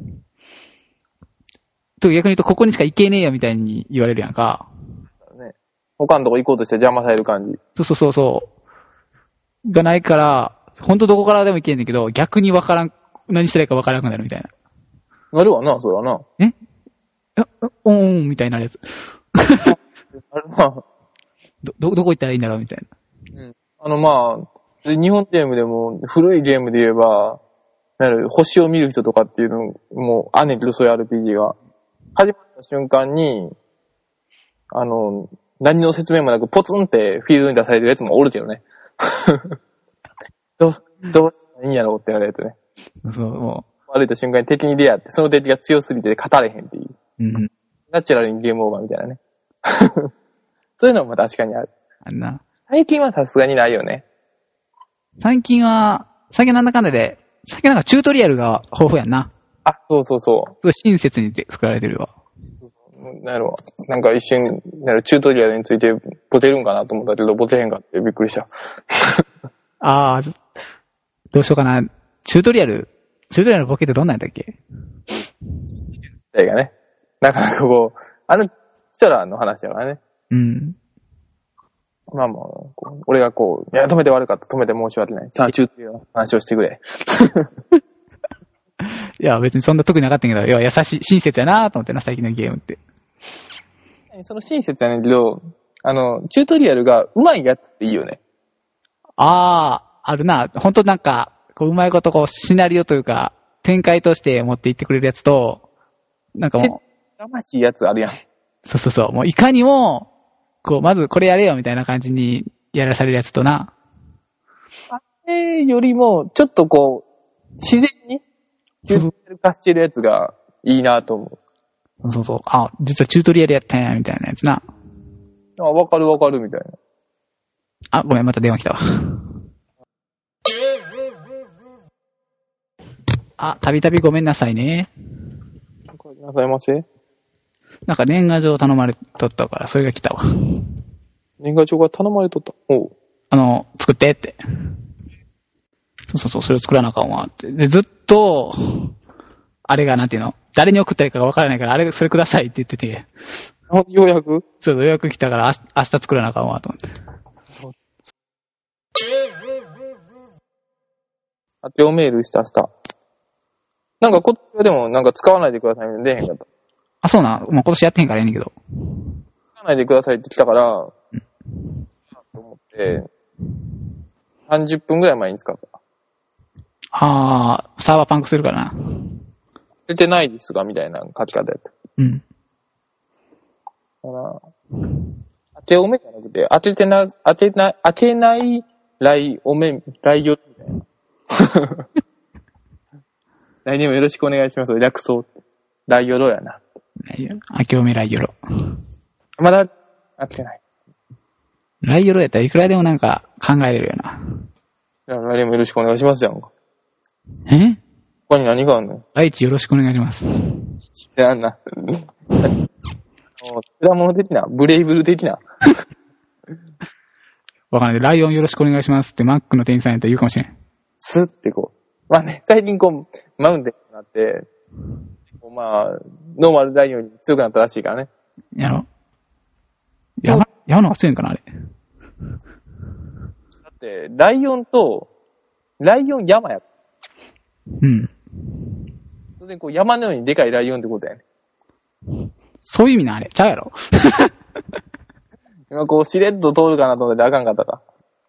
と逆に言うと、ここにしか行けねえよみたいに言われるやんか。 ね、他のとこ行こうとして邪魔される感じ。 そうそうそうそう。がないから、ほんとどこからでも行けんねんけど、逆にわからん、何したらいいかわからなくなるみたいな。 なるわな、それはな。 えあ、おーんみたいになるやつ。 あるな。 ど、ど、どこ行ったらいいんだろうみたいな。うん。あのまあ、日本ゲームでも、古いゲームで言えば、なんや星を見る人とかっていうのもあんねんけど、そういう アールピージー が。始まった瞬間に、あの、何の説明もなくポツンってフィールドに出されるやつもおるけどね。どう、どうしたらいいんやろうってなるやつね。 そう、もう。 歩いた瞬間に敵に出会って、その敵が強すぎて勝たれへんっていう。うん。ナチュラルにゲームオーバーみたいなね。そういうのも確かにある。 あんな。 最近はさすがにないよね。 最近は、最近なんだかんだで、最近なんかチュートリアルが豊富やんな。 あ、そうそうそう。 すごい親切に作られてるわ。 なるわ。なんか一瞬、なるチュートリアルについてボテるんかなと思ったけど、ボテへんかってびっくりした。 ああ、どうしようかな。チュートリアル、チュートリアルのボケってどんなんやったっけ？ 映画ね。なかなかこう、あの、ヒトラーの話だからね。 うん。 まあまあ、俺がこう、いや、止めて悪かった、止めて申し訳ない。さあ、チュートリアルの話をしてくれ。 いや、別にそんな特になかったけど、いや、優しい、親切やなと思ってな、最近のゲームって。 その親切やねんけど、あの、チュートリアルが上手いやつっていいよね。 ああ、あるな。ほんとなんか、こう、うまいことこう、シナリオというか、展開として持っていってくれるやつと、なんかもう、がましいやつあるやん。 そうそうそう。もういかにも、こう、まずこれやれよみたいな感じにやらされるやつとな。 あれよりも、ちょっとこう、自然に、チュートリアル化してるやつがいいなと思う。そうそう。あ、実はチュートリアルやったんや、みたいなやつな。 あ、わかるわかるみたいな。 あ、ごめん、また電話来たわ。あ、たびたびごめんなさいね。 ごめんなさいませ。 なんか年賀状頼まれとったから、それが来たわ。 年賀状が頼まれとった。おう。 あの、作ってって。そうそうそう、それを作らなあかんわって。で、ずっと、あれがなんていうの誰に送ったらいいかがわからないから、あれ、それくださいって言ってて。 ようやくそう、ようやく来たから、明日作らなあかんわと思って。 あ、今日メールしたした。なんか今年はでもなんか使わないでくださいみたいな出えへんかった。 あ、そうな。もう今年やってへんからいいねんけど。 使わないでくださいって来たから、うん、と思って、さんじゅっぷんぐらい前に使った。 あー、サーバーパンクするからな。 出てないですが、みたいな書き方やった。 うん。だから、当ておめじゃなくて、当ててな、当てな、当てない来おめ、来よみたいな。来年もよろしくお願いします。略そう。来よろやな。 あけおめ来よろ。 まだ、当てない。 来よろやったらいくらでもなんか考えれるよな。 いや、来年もよろしくお願いしますよ。 え？ 他に何があるの？ 来地よろしくお願いします。 知ってらんな。プラモノ的な、ブレイブル的な。 わかんない。ライオンよろしくお願いしますってマックの店員さんやったら言うかもしれん。 スッってこう。まあね、最近こう、マウンテンになって、こうまあ、ノーマルライオンに強くなったらしいからね。 やろ。やば、やばのが強いんかな、あれ。だって、ライオンと、ライオン山や。 うん。 当然こう山のようにでかいライオンってことやね。 そういう意味な、あれ。ちゃうやろ。 今こう、しれっと通るかなと思ってあかんかったか。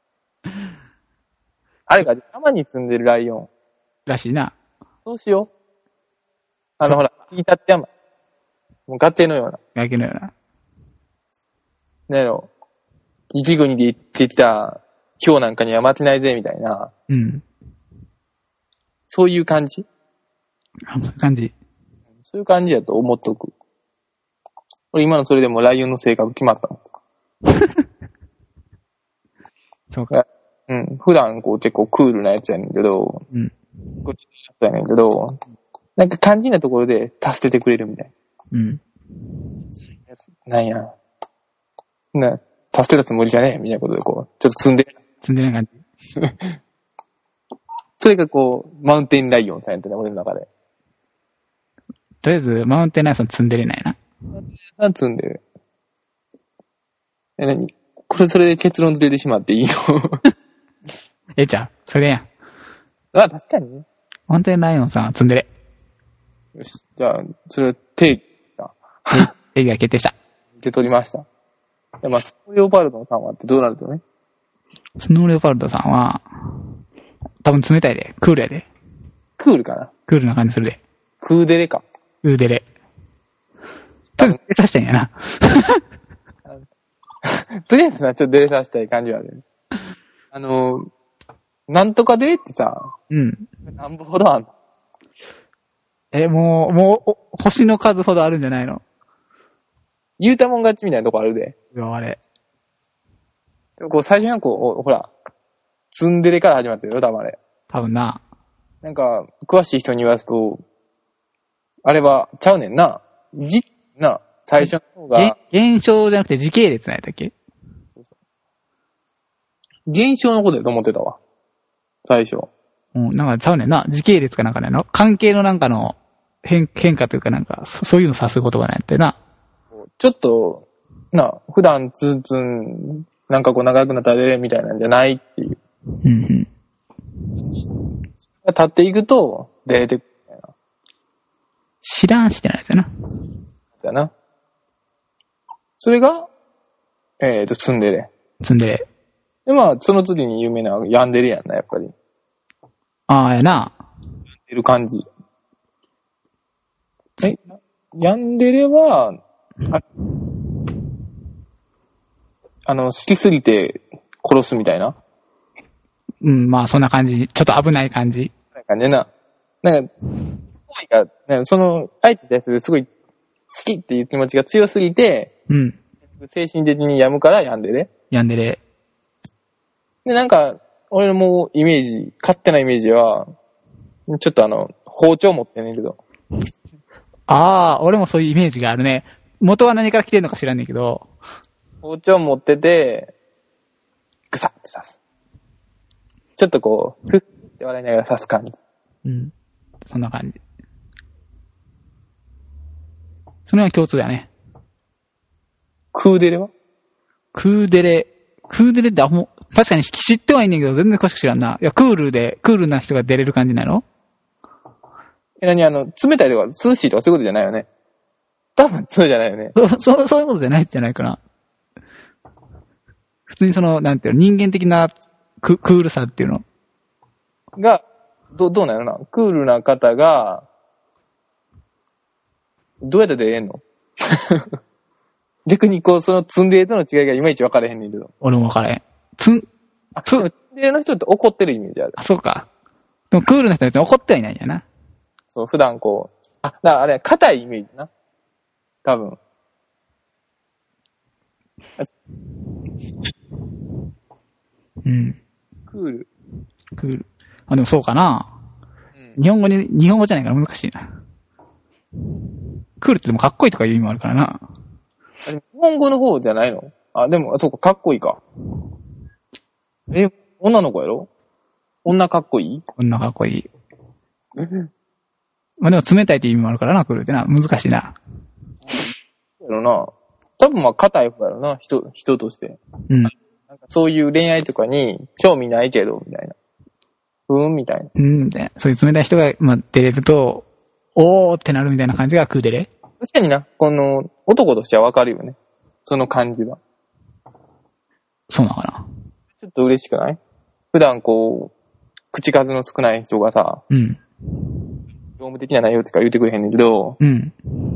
あれか、山に住んでるライオン。 らしいな。 そうしよう。あのほら、聞いたって山。もう崖のような。 崖のような。 なんやろ。雪国で行ってきた、今日なんかには負けないぜ、みたいな。 うん。 そういう感じ？ あ、そういう感じ。 そういう感じやと思っとく。俺今のそれでもライオンの性格決まったもん。 そうか。 うん。普段こう結構クールなやつやねんけど、 うん。 こっちのやつやねんけど、なんか肝心なところで助けてくれるみたいな。うん。 なんや。な、助けたつもりじゃねえみたいなことでこう、ちょっと積んで。 積んでない感じ。それがこう、マウンテンライオンさんやったね、俺の中で。 とりあえず、マウンテンライオン積んでれないな。 なん積んでる。え、なにこれそれで結論出てしまっていいの？ ええちゃん、それやん。 あ、確かにね。 マウンテンライオンさんは積んでれ。 よし。じゃあ、それは定義だ。 定義が決定した。 受け取りました。でまあ、スノーレオパルドさんはってどうなるとね。 スノーレオパルドさんは、多分冷たいで。クールやで。 クールかな？ クールな感じするで。 クーデレか。 クーデレ。とりあえず出さしたいんやな。 とりあえずな、ちょっと出させたい感じはある。あの、なんとかでってさ、 うん。 何本ほどあんの？ え、もう、もう、星の数ほどあるんじゃないの？ 言うたもん勝ちみたいなとこあるで。 うわ、あれ。 でもこう、最初にこう、ほら、ツンデレから始まってるよ、多分あれ。 多分な。 なんか、詳しい人に言わすと、あれは、ちゃうねんな。じ、な、最初の方が。 現象じゃなくて時系列なんやったっけ？そうそう。現象のことだと思ってたわ。最初。 うん、なんかちゃうねんな。時系列かなんかねの。関係のなんかの変、変化というかなんか、そ, そういうの指す言葉なんやってな。 ちょっと、な、普段ツンツン、なんかこう長くなったで、みたいなんじゃないっていう。 うんうん。 立っていくと、出れてくるみたいな。 知らんしてないやつやな。 だな。それが、えーと、ツンデレ。 ツンデレ。 で、まあ、その次に有名なヤンデレやんな、やっぱり。 ああ、やな。 ヤンデる感じ。え、ヤンデレは、あ, あの、好きすぎて殺すみたいな。 うん、まあそんな感じ。ちょっと危ない感じ。 なんかねな。なんか、なんかその、相手に対するすごい好きっていう気持ちが強すぎて、 うん。 精神的に病むから病んでね。 病んでれ。 で、なんか、俺のもうイメージ、勝手なイメージは、ちょっとあの、包丁持ってんねんけど。 ああ、俺もそういうイメージがあるね。元は何から来てるのか知らんねんけど。 包丁持ってて、ぐさって刺す。ちょっとこう、ふって笑いながら刺す感じ。 うん。そんな感じ。それは共通だね。 クーデレはクーデレ。クーデレってあ、もう、 確かに知ってはいんねんけど、全然詳しく知らんな。いや、クールで、クールな人が出れる感じなの？ え、何あの、冷たいとか涼しいとかそういうことじゃないよね。多分そうじゃないよね。 そ、そ、そういうことじゃないんじゃないかな。普通にその、なんていうの、人間的なク、クールさっていうの。 が、ど、どうなのな。クールな方が、どうやって出れんの逆にこう、そのツンデレとの違いがいまいち分からへんねんけど。 俺も分からへん。ツン、 あ、ツンデレの人って怒ってるイメージある。 あ、そうか。でもクールな人は別に怒ってはいないんやな。 そう、普段こう、あ、だからあれ、硬いイメージな。多分。 うん。 クール。 クール。あ、でもそうかな。うん、日本語に、日本語じゃないから難しいな。クールってでもかっこいいとかいう意味もあるからな。 あれ、日本語の方じゃないの？あ、でも、そうか、かっこいいか。え、女の子やろ？女かっこいい？ 女かっこいい。まあでも冷たいっていう意味もあるからな、クールってな。難しいな。 やろな。多分まあ、硬い方やろな、人、人として。 うん。 なんかそういう恋愛とかに興味ないけど、みたいな。ふーん、みたいな。 うん、みたいな。そういう冷たい人が、まあ、出れると、おーってなるみたいな感じがクーデレ？ 確かにな、この、男としてはわかるよね。その感じは。 そうなのかな。 ちょっと嬉しくない？普段こう、口数の少ない人がさ、 うん。 業務的な内容とか言ってくれへんねんけど、 うん。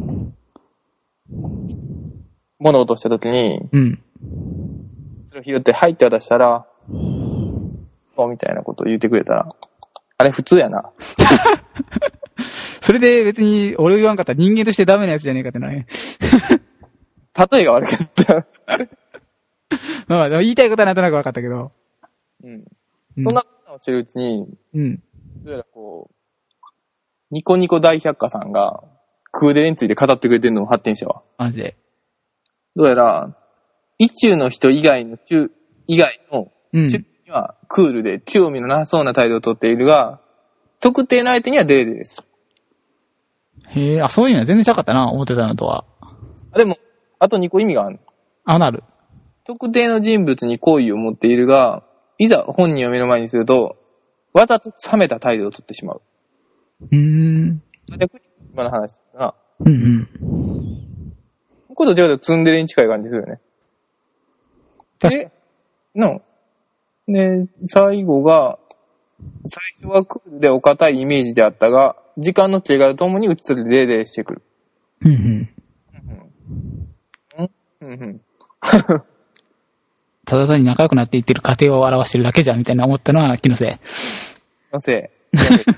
物落とした時に、 うん。 それを拾って、はいって渡したら、そうみたいなことを言ってくれたら、あれ普通やな。 それで別に俺を言わんかったら人間としてダメなやつじゃねえかってなね。 例えが悪かった。 まあ、でも言いたいことはなんとなく分かったけど。 うん。そんなことをしてるうちに、 うん。 どうやらこう、ニコニコ大百科さんが、クーデレについて語ってくれてるのを発展したわ。 マジで。 どうやら、意中の人以外の中、以外の、 うん。 にはクールで興味のなさそうな態度をとっているが、特定の相手にはデレデレです。 へえ、あ、そういうのは全然ちゃうかったな、思ってたのとは。 あ、でも、あとにこ意味がある。 あ、なる。 特定の人物に好意を持っているが、いざ本人を目の前にすると、わざと冷めた態度をとってしまう。 うーん。 今の話だな。 うんうん。 これと違うとツンデレに近い感じするよね。で、の、で、最後が、最初はクールでお堅いイメージであったが、時間の経過とともに打ち取りデレデレしてくる。 うんうん。 うんうんうん。 ただ単に仲良くなっていってる過程を表してるだけじゃんみたいな思ったのは気のせい。 気のせい。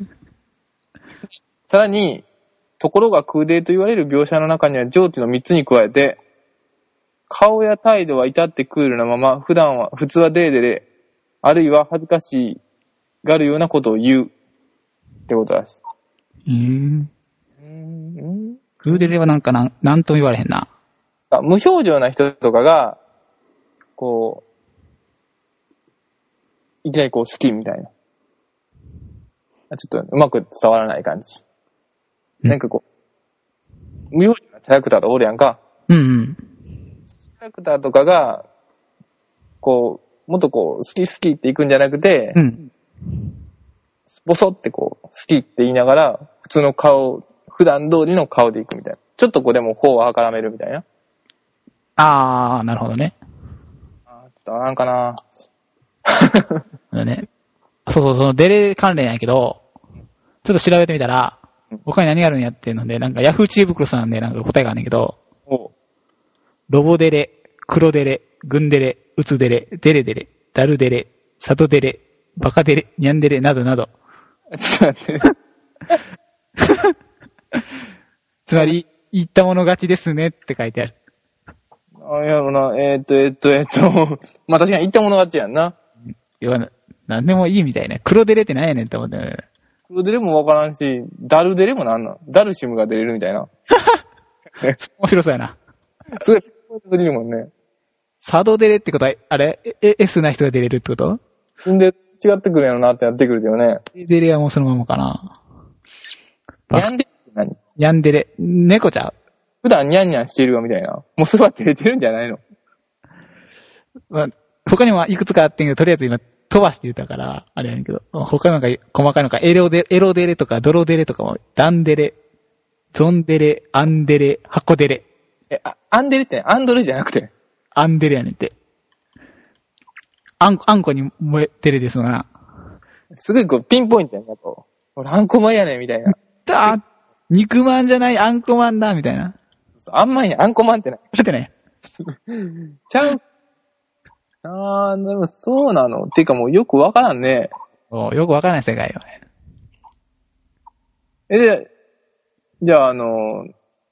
さらに、ところがクーデレと言われる描写の中には上記のみっつに加えて、顔や態度は至ってクールなまま、普段は、普通はデレデレ、あるいは恥ずかしがるようなことを言う。ってことらしい。 うーん。 うーん。 クーデレはなんかなん、なんとも言われへんな。 無表情な人とかが、こう、いきなりこう好きみたいな。ちょっとうまく伝わらない感じ。なんかこう、無表情なキャラクターとかおるやんか。 うんうん。 キャラクターとかが、こう、もっとこう、好き好きっていくんじゃなくて、 うん。 ボソってこう、好きって言いながら、普通の顔、普段通りの顔でいくみたいな。ちょっとこうでも頬をはからめるみたいな。 あー、なるほどね。 あーちょっとあらんかなだね。そうそう、そのデレ関連やけど、ちょっと調べてみたら、他に何があるんやっていうので、なんかヤフー知恵袋さんでなんか答えがあるんだけど、ロボデレ、黒デレ、グンデレ、ウツデレ、デレデレ、ダルデレ、サトデレ、バカデレ、ニャンデレなどなど。 ちょっと待って。 つまり、言ったもの勝ちですねって書いてある。 あ、いや、な、えー、っと、えー、っと、えー、っと、まあ、確かに言ったもの勝ちやんな。 いや、なんでもいいみたいな。黒デレって何やねんって思ってね。 黒デレもわからんし、ダルデレもなんなんダルシムが出れるみたいな。 面白そうやな。 すごい、出れるもんね。 サドデレってことは、あれえ ?S な人が出れるってこと？ んで、違ってくるやろなってやってくるけどね。 デレはもうそのままかな。 ニャンデレって何？ ニャンデレ。猫ちゃう？ 普段ニャンニャンしてるわみたいな。もうそれは照れてるんじゃないの？ まあ、 他にもいくつかあってんけど、とりあえず今飛ばして言ったから、あれやねんけど、他のが細かいのか、エロデ、エロデレとかドロデレとかも、ダンデレ、ゾンデレ、アンデレ、ハコデレ。 え、あアンデレってアンドレじゃなくて。 アンデレやねんって。あん、あんこに燃えてるですな。 すごいこう、ピンポイントやんかと。俺、あんこまんやねん、みたいな。 だ肉まんじゃない、あんこまんだ、みたいな。 あんまんや、あんこまんってない。 だってね。 ちゃう。あー、でもそうなの。てかもうよくわからんね。 よくわからない世界よね。 え、で、じゃあ、あの、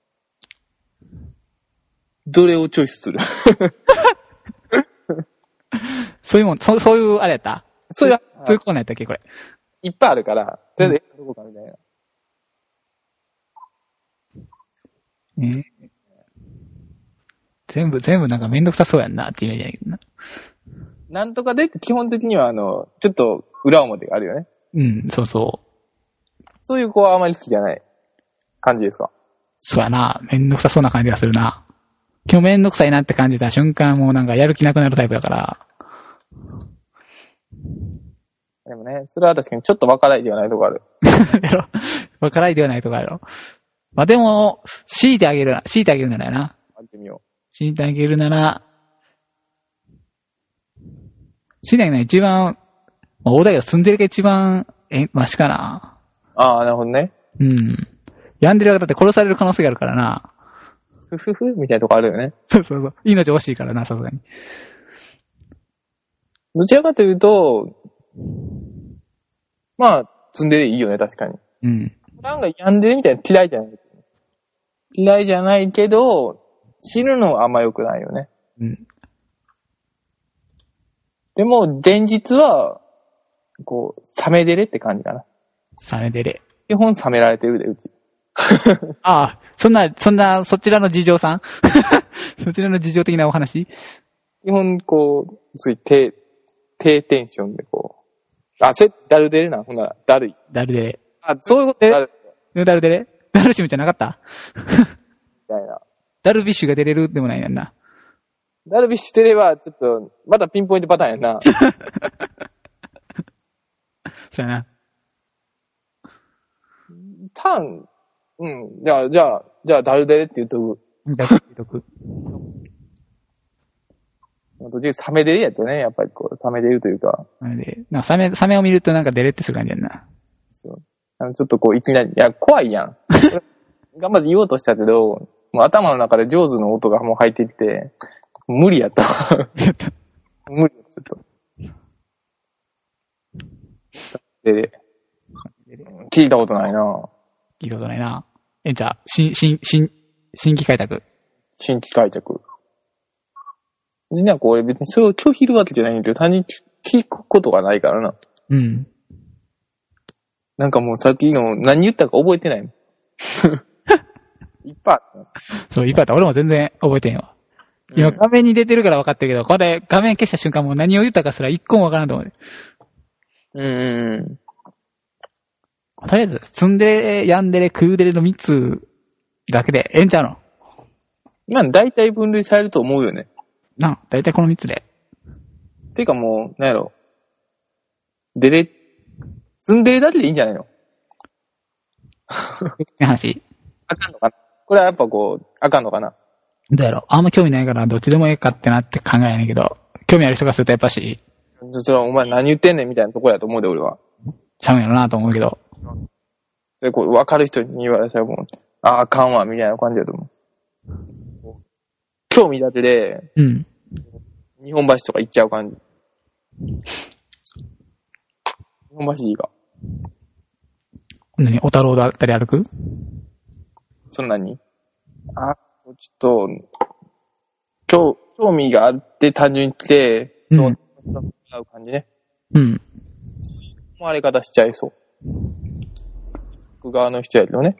どれをチョイスするそういうもん、そそういう、あれやったそういう、 そういうコーナーやったっけ、これ。 いっぱいあるから、とりあえず、どこかみたいな。 えー、全部、全部なんかめんどくさそうやんなっていうイメージやけどな。 なんとかで、基本的には、あの、ちょっと裏表があるよね。 うん、そうそう。 そういう子はあまり好きじゃない感じですか？ そうやな。めんどくさそうな感じがするな。今日めんどくさいなって感じた瞬間、もうなんかやる気なくなるタイプだから。 でもね、それは確かにちょっとわからないではないとこある。 わからないではないとこあるよ。まあ、でも、強いてあげるな、強いてあげるならやな。 やってみよう。 強いてあげるなら、強いてあげるなら一番、まあ、大台が住んでるが一番、え、マシかな。 ああ、なるほどね。 うん。病んでる方って殺される可能性があるからな。 ふふふみたいなとこあるよね。 そうそうそう。命欲しいからな、さすがに。 どちらかというと、まあ、積んでいいよね、確かに。 うん。 なんか病んでるみたいな嫌いじゃない。嫌いじゃないけど、死ぬのはあんま良くないよね。 うん。 でも、前日は、こう、サメデレって感じかな。 サメデレ。 基本サメられてるで、うち。 ああ、そんな、そんな、そちらの事情さんそちらの事情的なお話基本、こう、つい低、低テンションでこう。あ、それ、ダルデレな、ほんなら、だるい。 ダルデレ。 あ、そういうことだる。 ダルデレダルシムじゃなかったみたいな。 ダルビッシュが出れるでもないやんな。 ダルビッシュ出れば、ちょっと、まだピンポイントパターンやんな。 そうやな。 ターン、うん。じゃあ、じゃあ、じゃあ、ダルデレって言うとく。 ダルデレって言うとく。 途中サメデレやったね、やっぱりこう、サメデレというか。 で、なんかサメ、サメを見るとなんかデレってする感じやんな。 そう。あのちょっとこう、いきなり、いや、怖いやん。頑張って言おうとしたけど、もう頭の中でジョーズの音がもう入ってきて、無理やった。無理やった、ちょっと。で、聞いたことないな。 聞いたことないな。え、じゃあ、新、新、新、新規開拓。 新規開拓。じゃあこれ別にそれを拒否るわけじゃないんだけど、単純に聞くことがないからな。 うん。 なんかもうさっきの何言ったか覚えてないもん。いっぱいあった。 そう、いっぱいあった。俺も全然覚えてへんわ。今画面に出てるから分かってるけど、これ画面消した瞬間もう何を言ったかすら一個も分からんと思う。 うんうんうん。とりあえず、積んでれ、やんでれ、食うでれの三つだけでええんちゃうの？ まあ大体分類されると思うよね。 なあ、だいたいこの三つで。 てかもう、なんやろ。でれ、積んでるだけでいいんじゃないの？ 話。 あかんのかな？これはやっぱこう、あかんのかな？ どうやろう？あんま興味ないからどっちでもええかってなって考えないけど、興味ある人がするとやっぱし、 それはお前何言ってんねんみたいなとこやと思うで、俺は。 ちゃうんやろなと思うけど。 それこう、わかる人に言われたらもう、ああ、あかんわ、みたいな感じだと思う。興味だけで、 うん。 日本橋とか行っちゃう感じ。日本橋いいか。 何？小太郎だったり歩く？ そんなにあ、ちょっと、興、興味があって単純に来て、そう、うん、う感じね。 うん。 回り方しちゃいそう。僕側の人やけどね。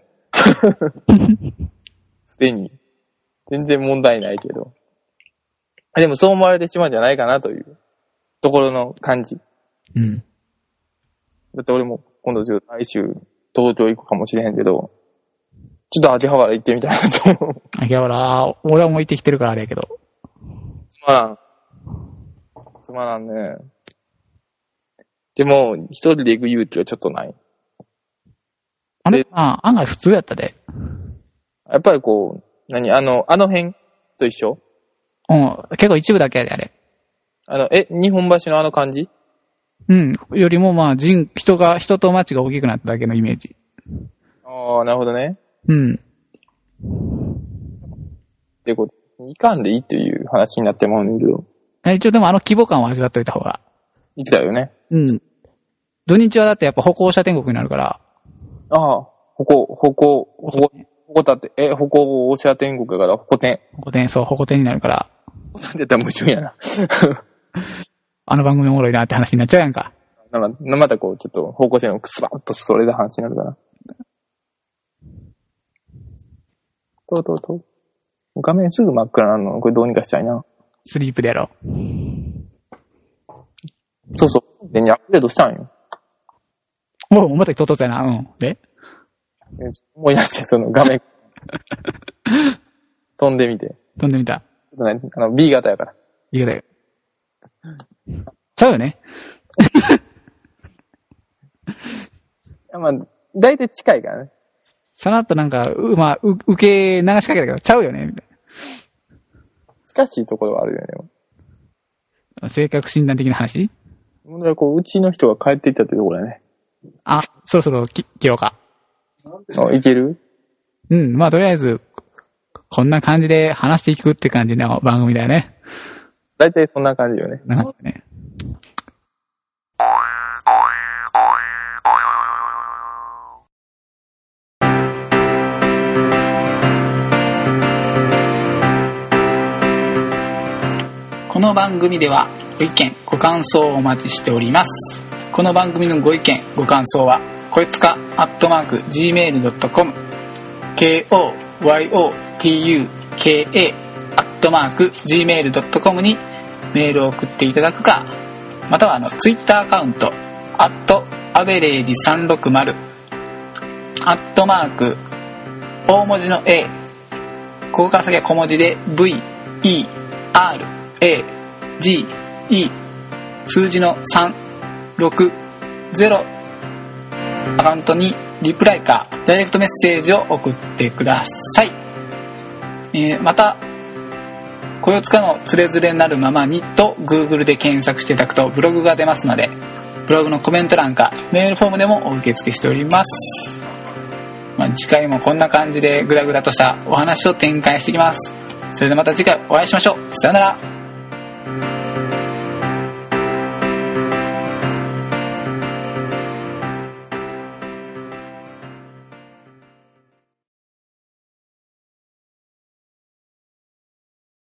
すでに。全然問題ないけど。でもそう思われてしまうんじゃないかなというところの感じ。 うん。 だって俺も今度来週東京行くかもしれへんけど、ちょっと秋葉原行ってみたいなと思う。 秋葉原、俺はもう行ってきてるからあれやけど。 まあ、 つまらんね。でも、一人で行く勇気はちょっとない。 あれあ、案外普通やったで。 やっぱりこう、何あの、あの辺と一緒？ うん、結構一部だけやで、あれ。 あの、え、日本橋のあの感じ？ うん、よりもまあ人、人が、人と街が大きくなっただけのイメージ。 ああ、なるほどね。 うん。 ってこと、いかんでいいっていう話になってもうんだけど。 一応でもあの規模感を味わっといた方が。 言ってたよね。 うん。土日はだってやっぱ歩行者天国になるから。 ああ、歩行、歩行、歩行、歩行だって、え、歩行者天国やから歩行天。 歩行天、そう、歩行天になるから。 なんで言ったら矛盾やな。 あの番組おもろいなって話になっちゃうやんか。 なんか、またこう、ちょっと方向性のスバッとそれで話になるかな。とうとうとう。画面すぐ真っ暗なの。これどうにかしたいな。 スリープでやろう。 そうそう。で、にアップデートしたんよ。 おう、また唐突やな。うん。で思い出して、その画面。飛んでみて。 飛んでみた。 ちょっとね、あの、B 型やから。 B 型や。ちゃうよね。 まあ、大体近いからね。 さらっとなんか、う、まあ、う、受け流しかけたけど、ちゃうよね、みたいな。近しいところはあるよね。性格診断的な話？ 問題はこう、うちの人が帰っていったってところだね。 あ、そろそろき切ろうか。 あ、いける？ うん、まあとりあえず、こんな感じで話していくって感じの番組だよね。 大体そんな感じよね。 なんかね。この番組ではご意見ご感想をお待ちしております。この番組のご意見ご感想はこいつかアットマーク ジーメールドットコム ケーオーワイオーティーユーケーエー アットマーク ジーメールドットコム にメールを送っていただくか、またはあのツイッターアカウントアットアベレージさんろくまるアットマーク大文字の A、 ここから先は小文字で ブイイーアールエージーイー 数字のさんろくゼロアカウントにリプライかダイレクトメッセージを送ってください。えー、またこよつかのつれづれなるままにと Google で検索していただくとブログが出ますので、ブログのコメント欄かメールフォームでもお受け付けしております。まあ、次回もこんな感じでグラグラとしたお話を展開していきます。それではまた次回お会いしましょう。さよなら。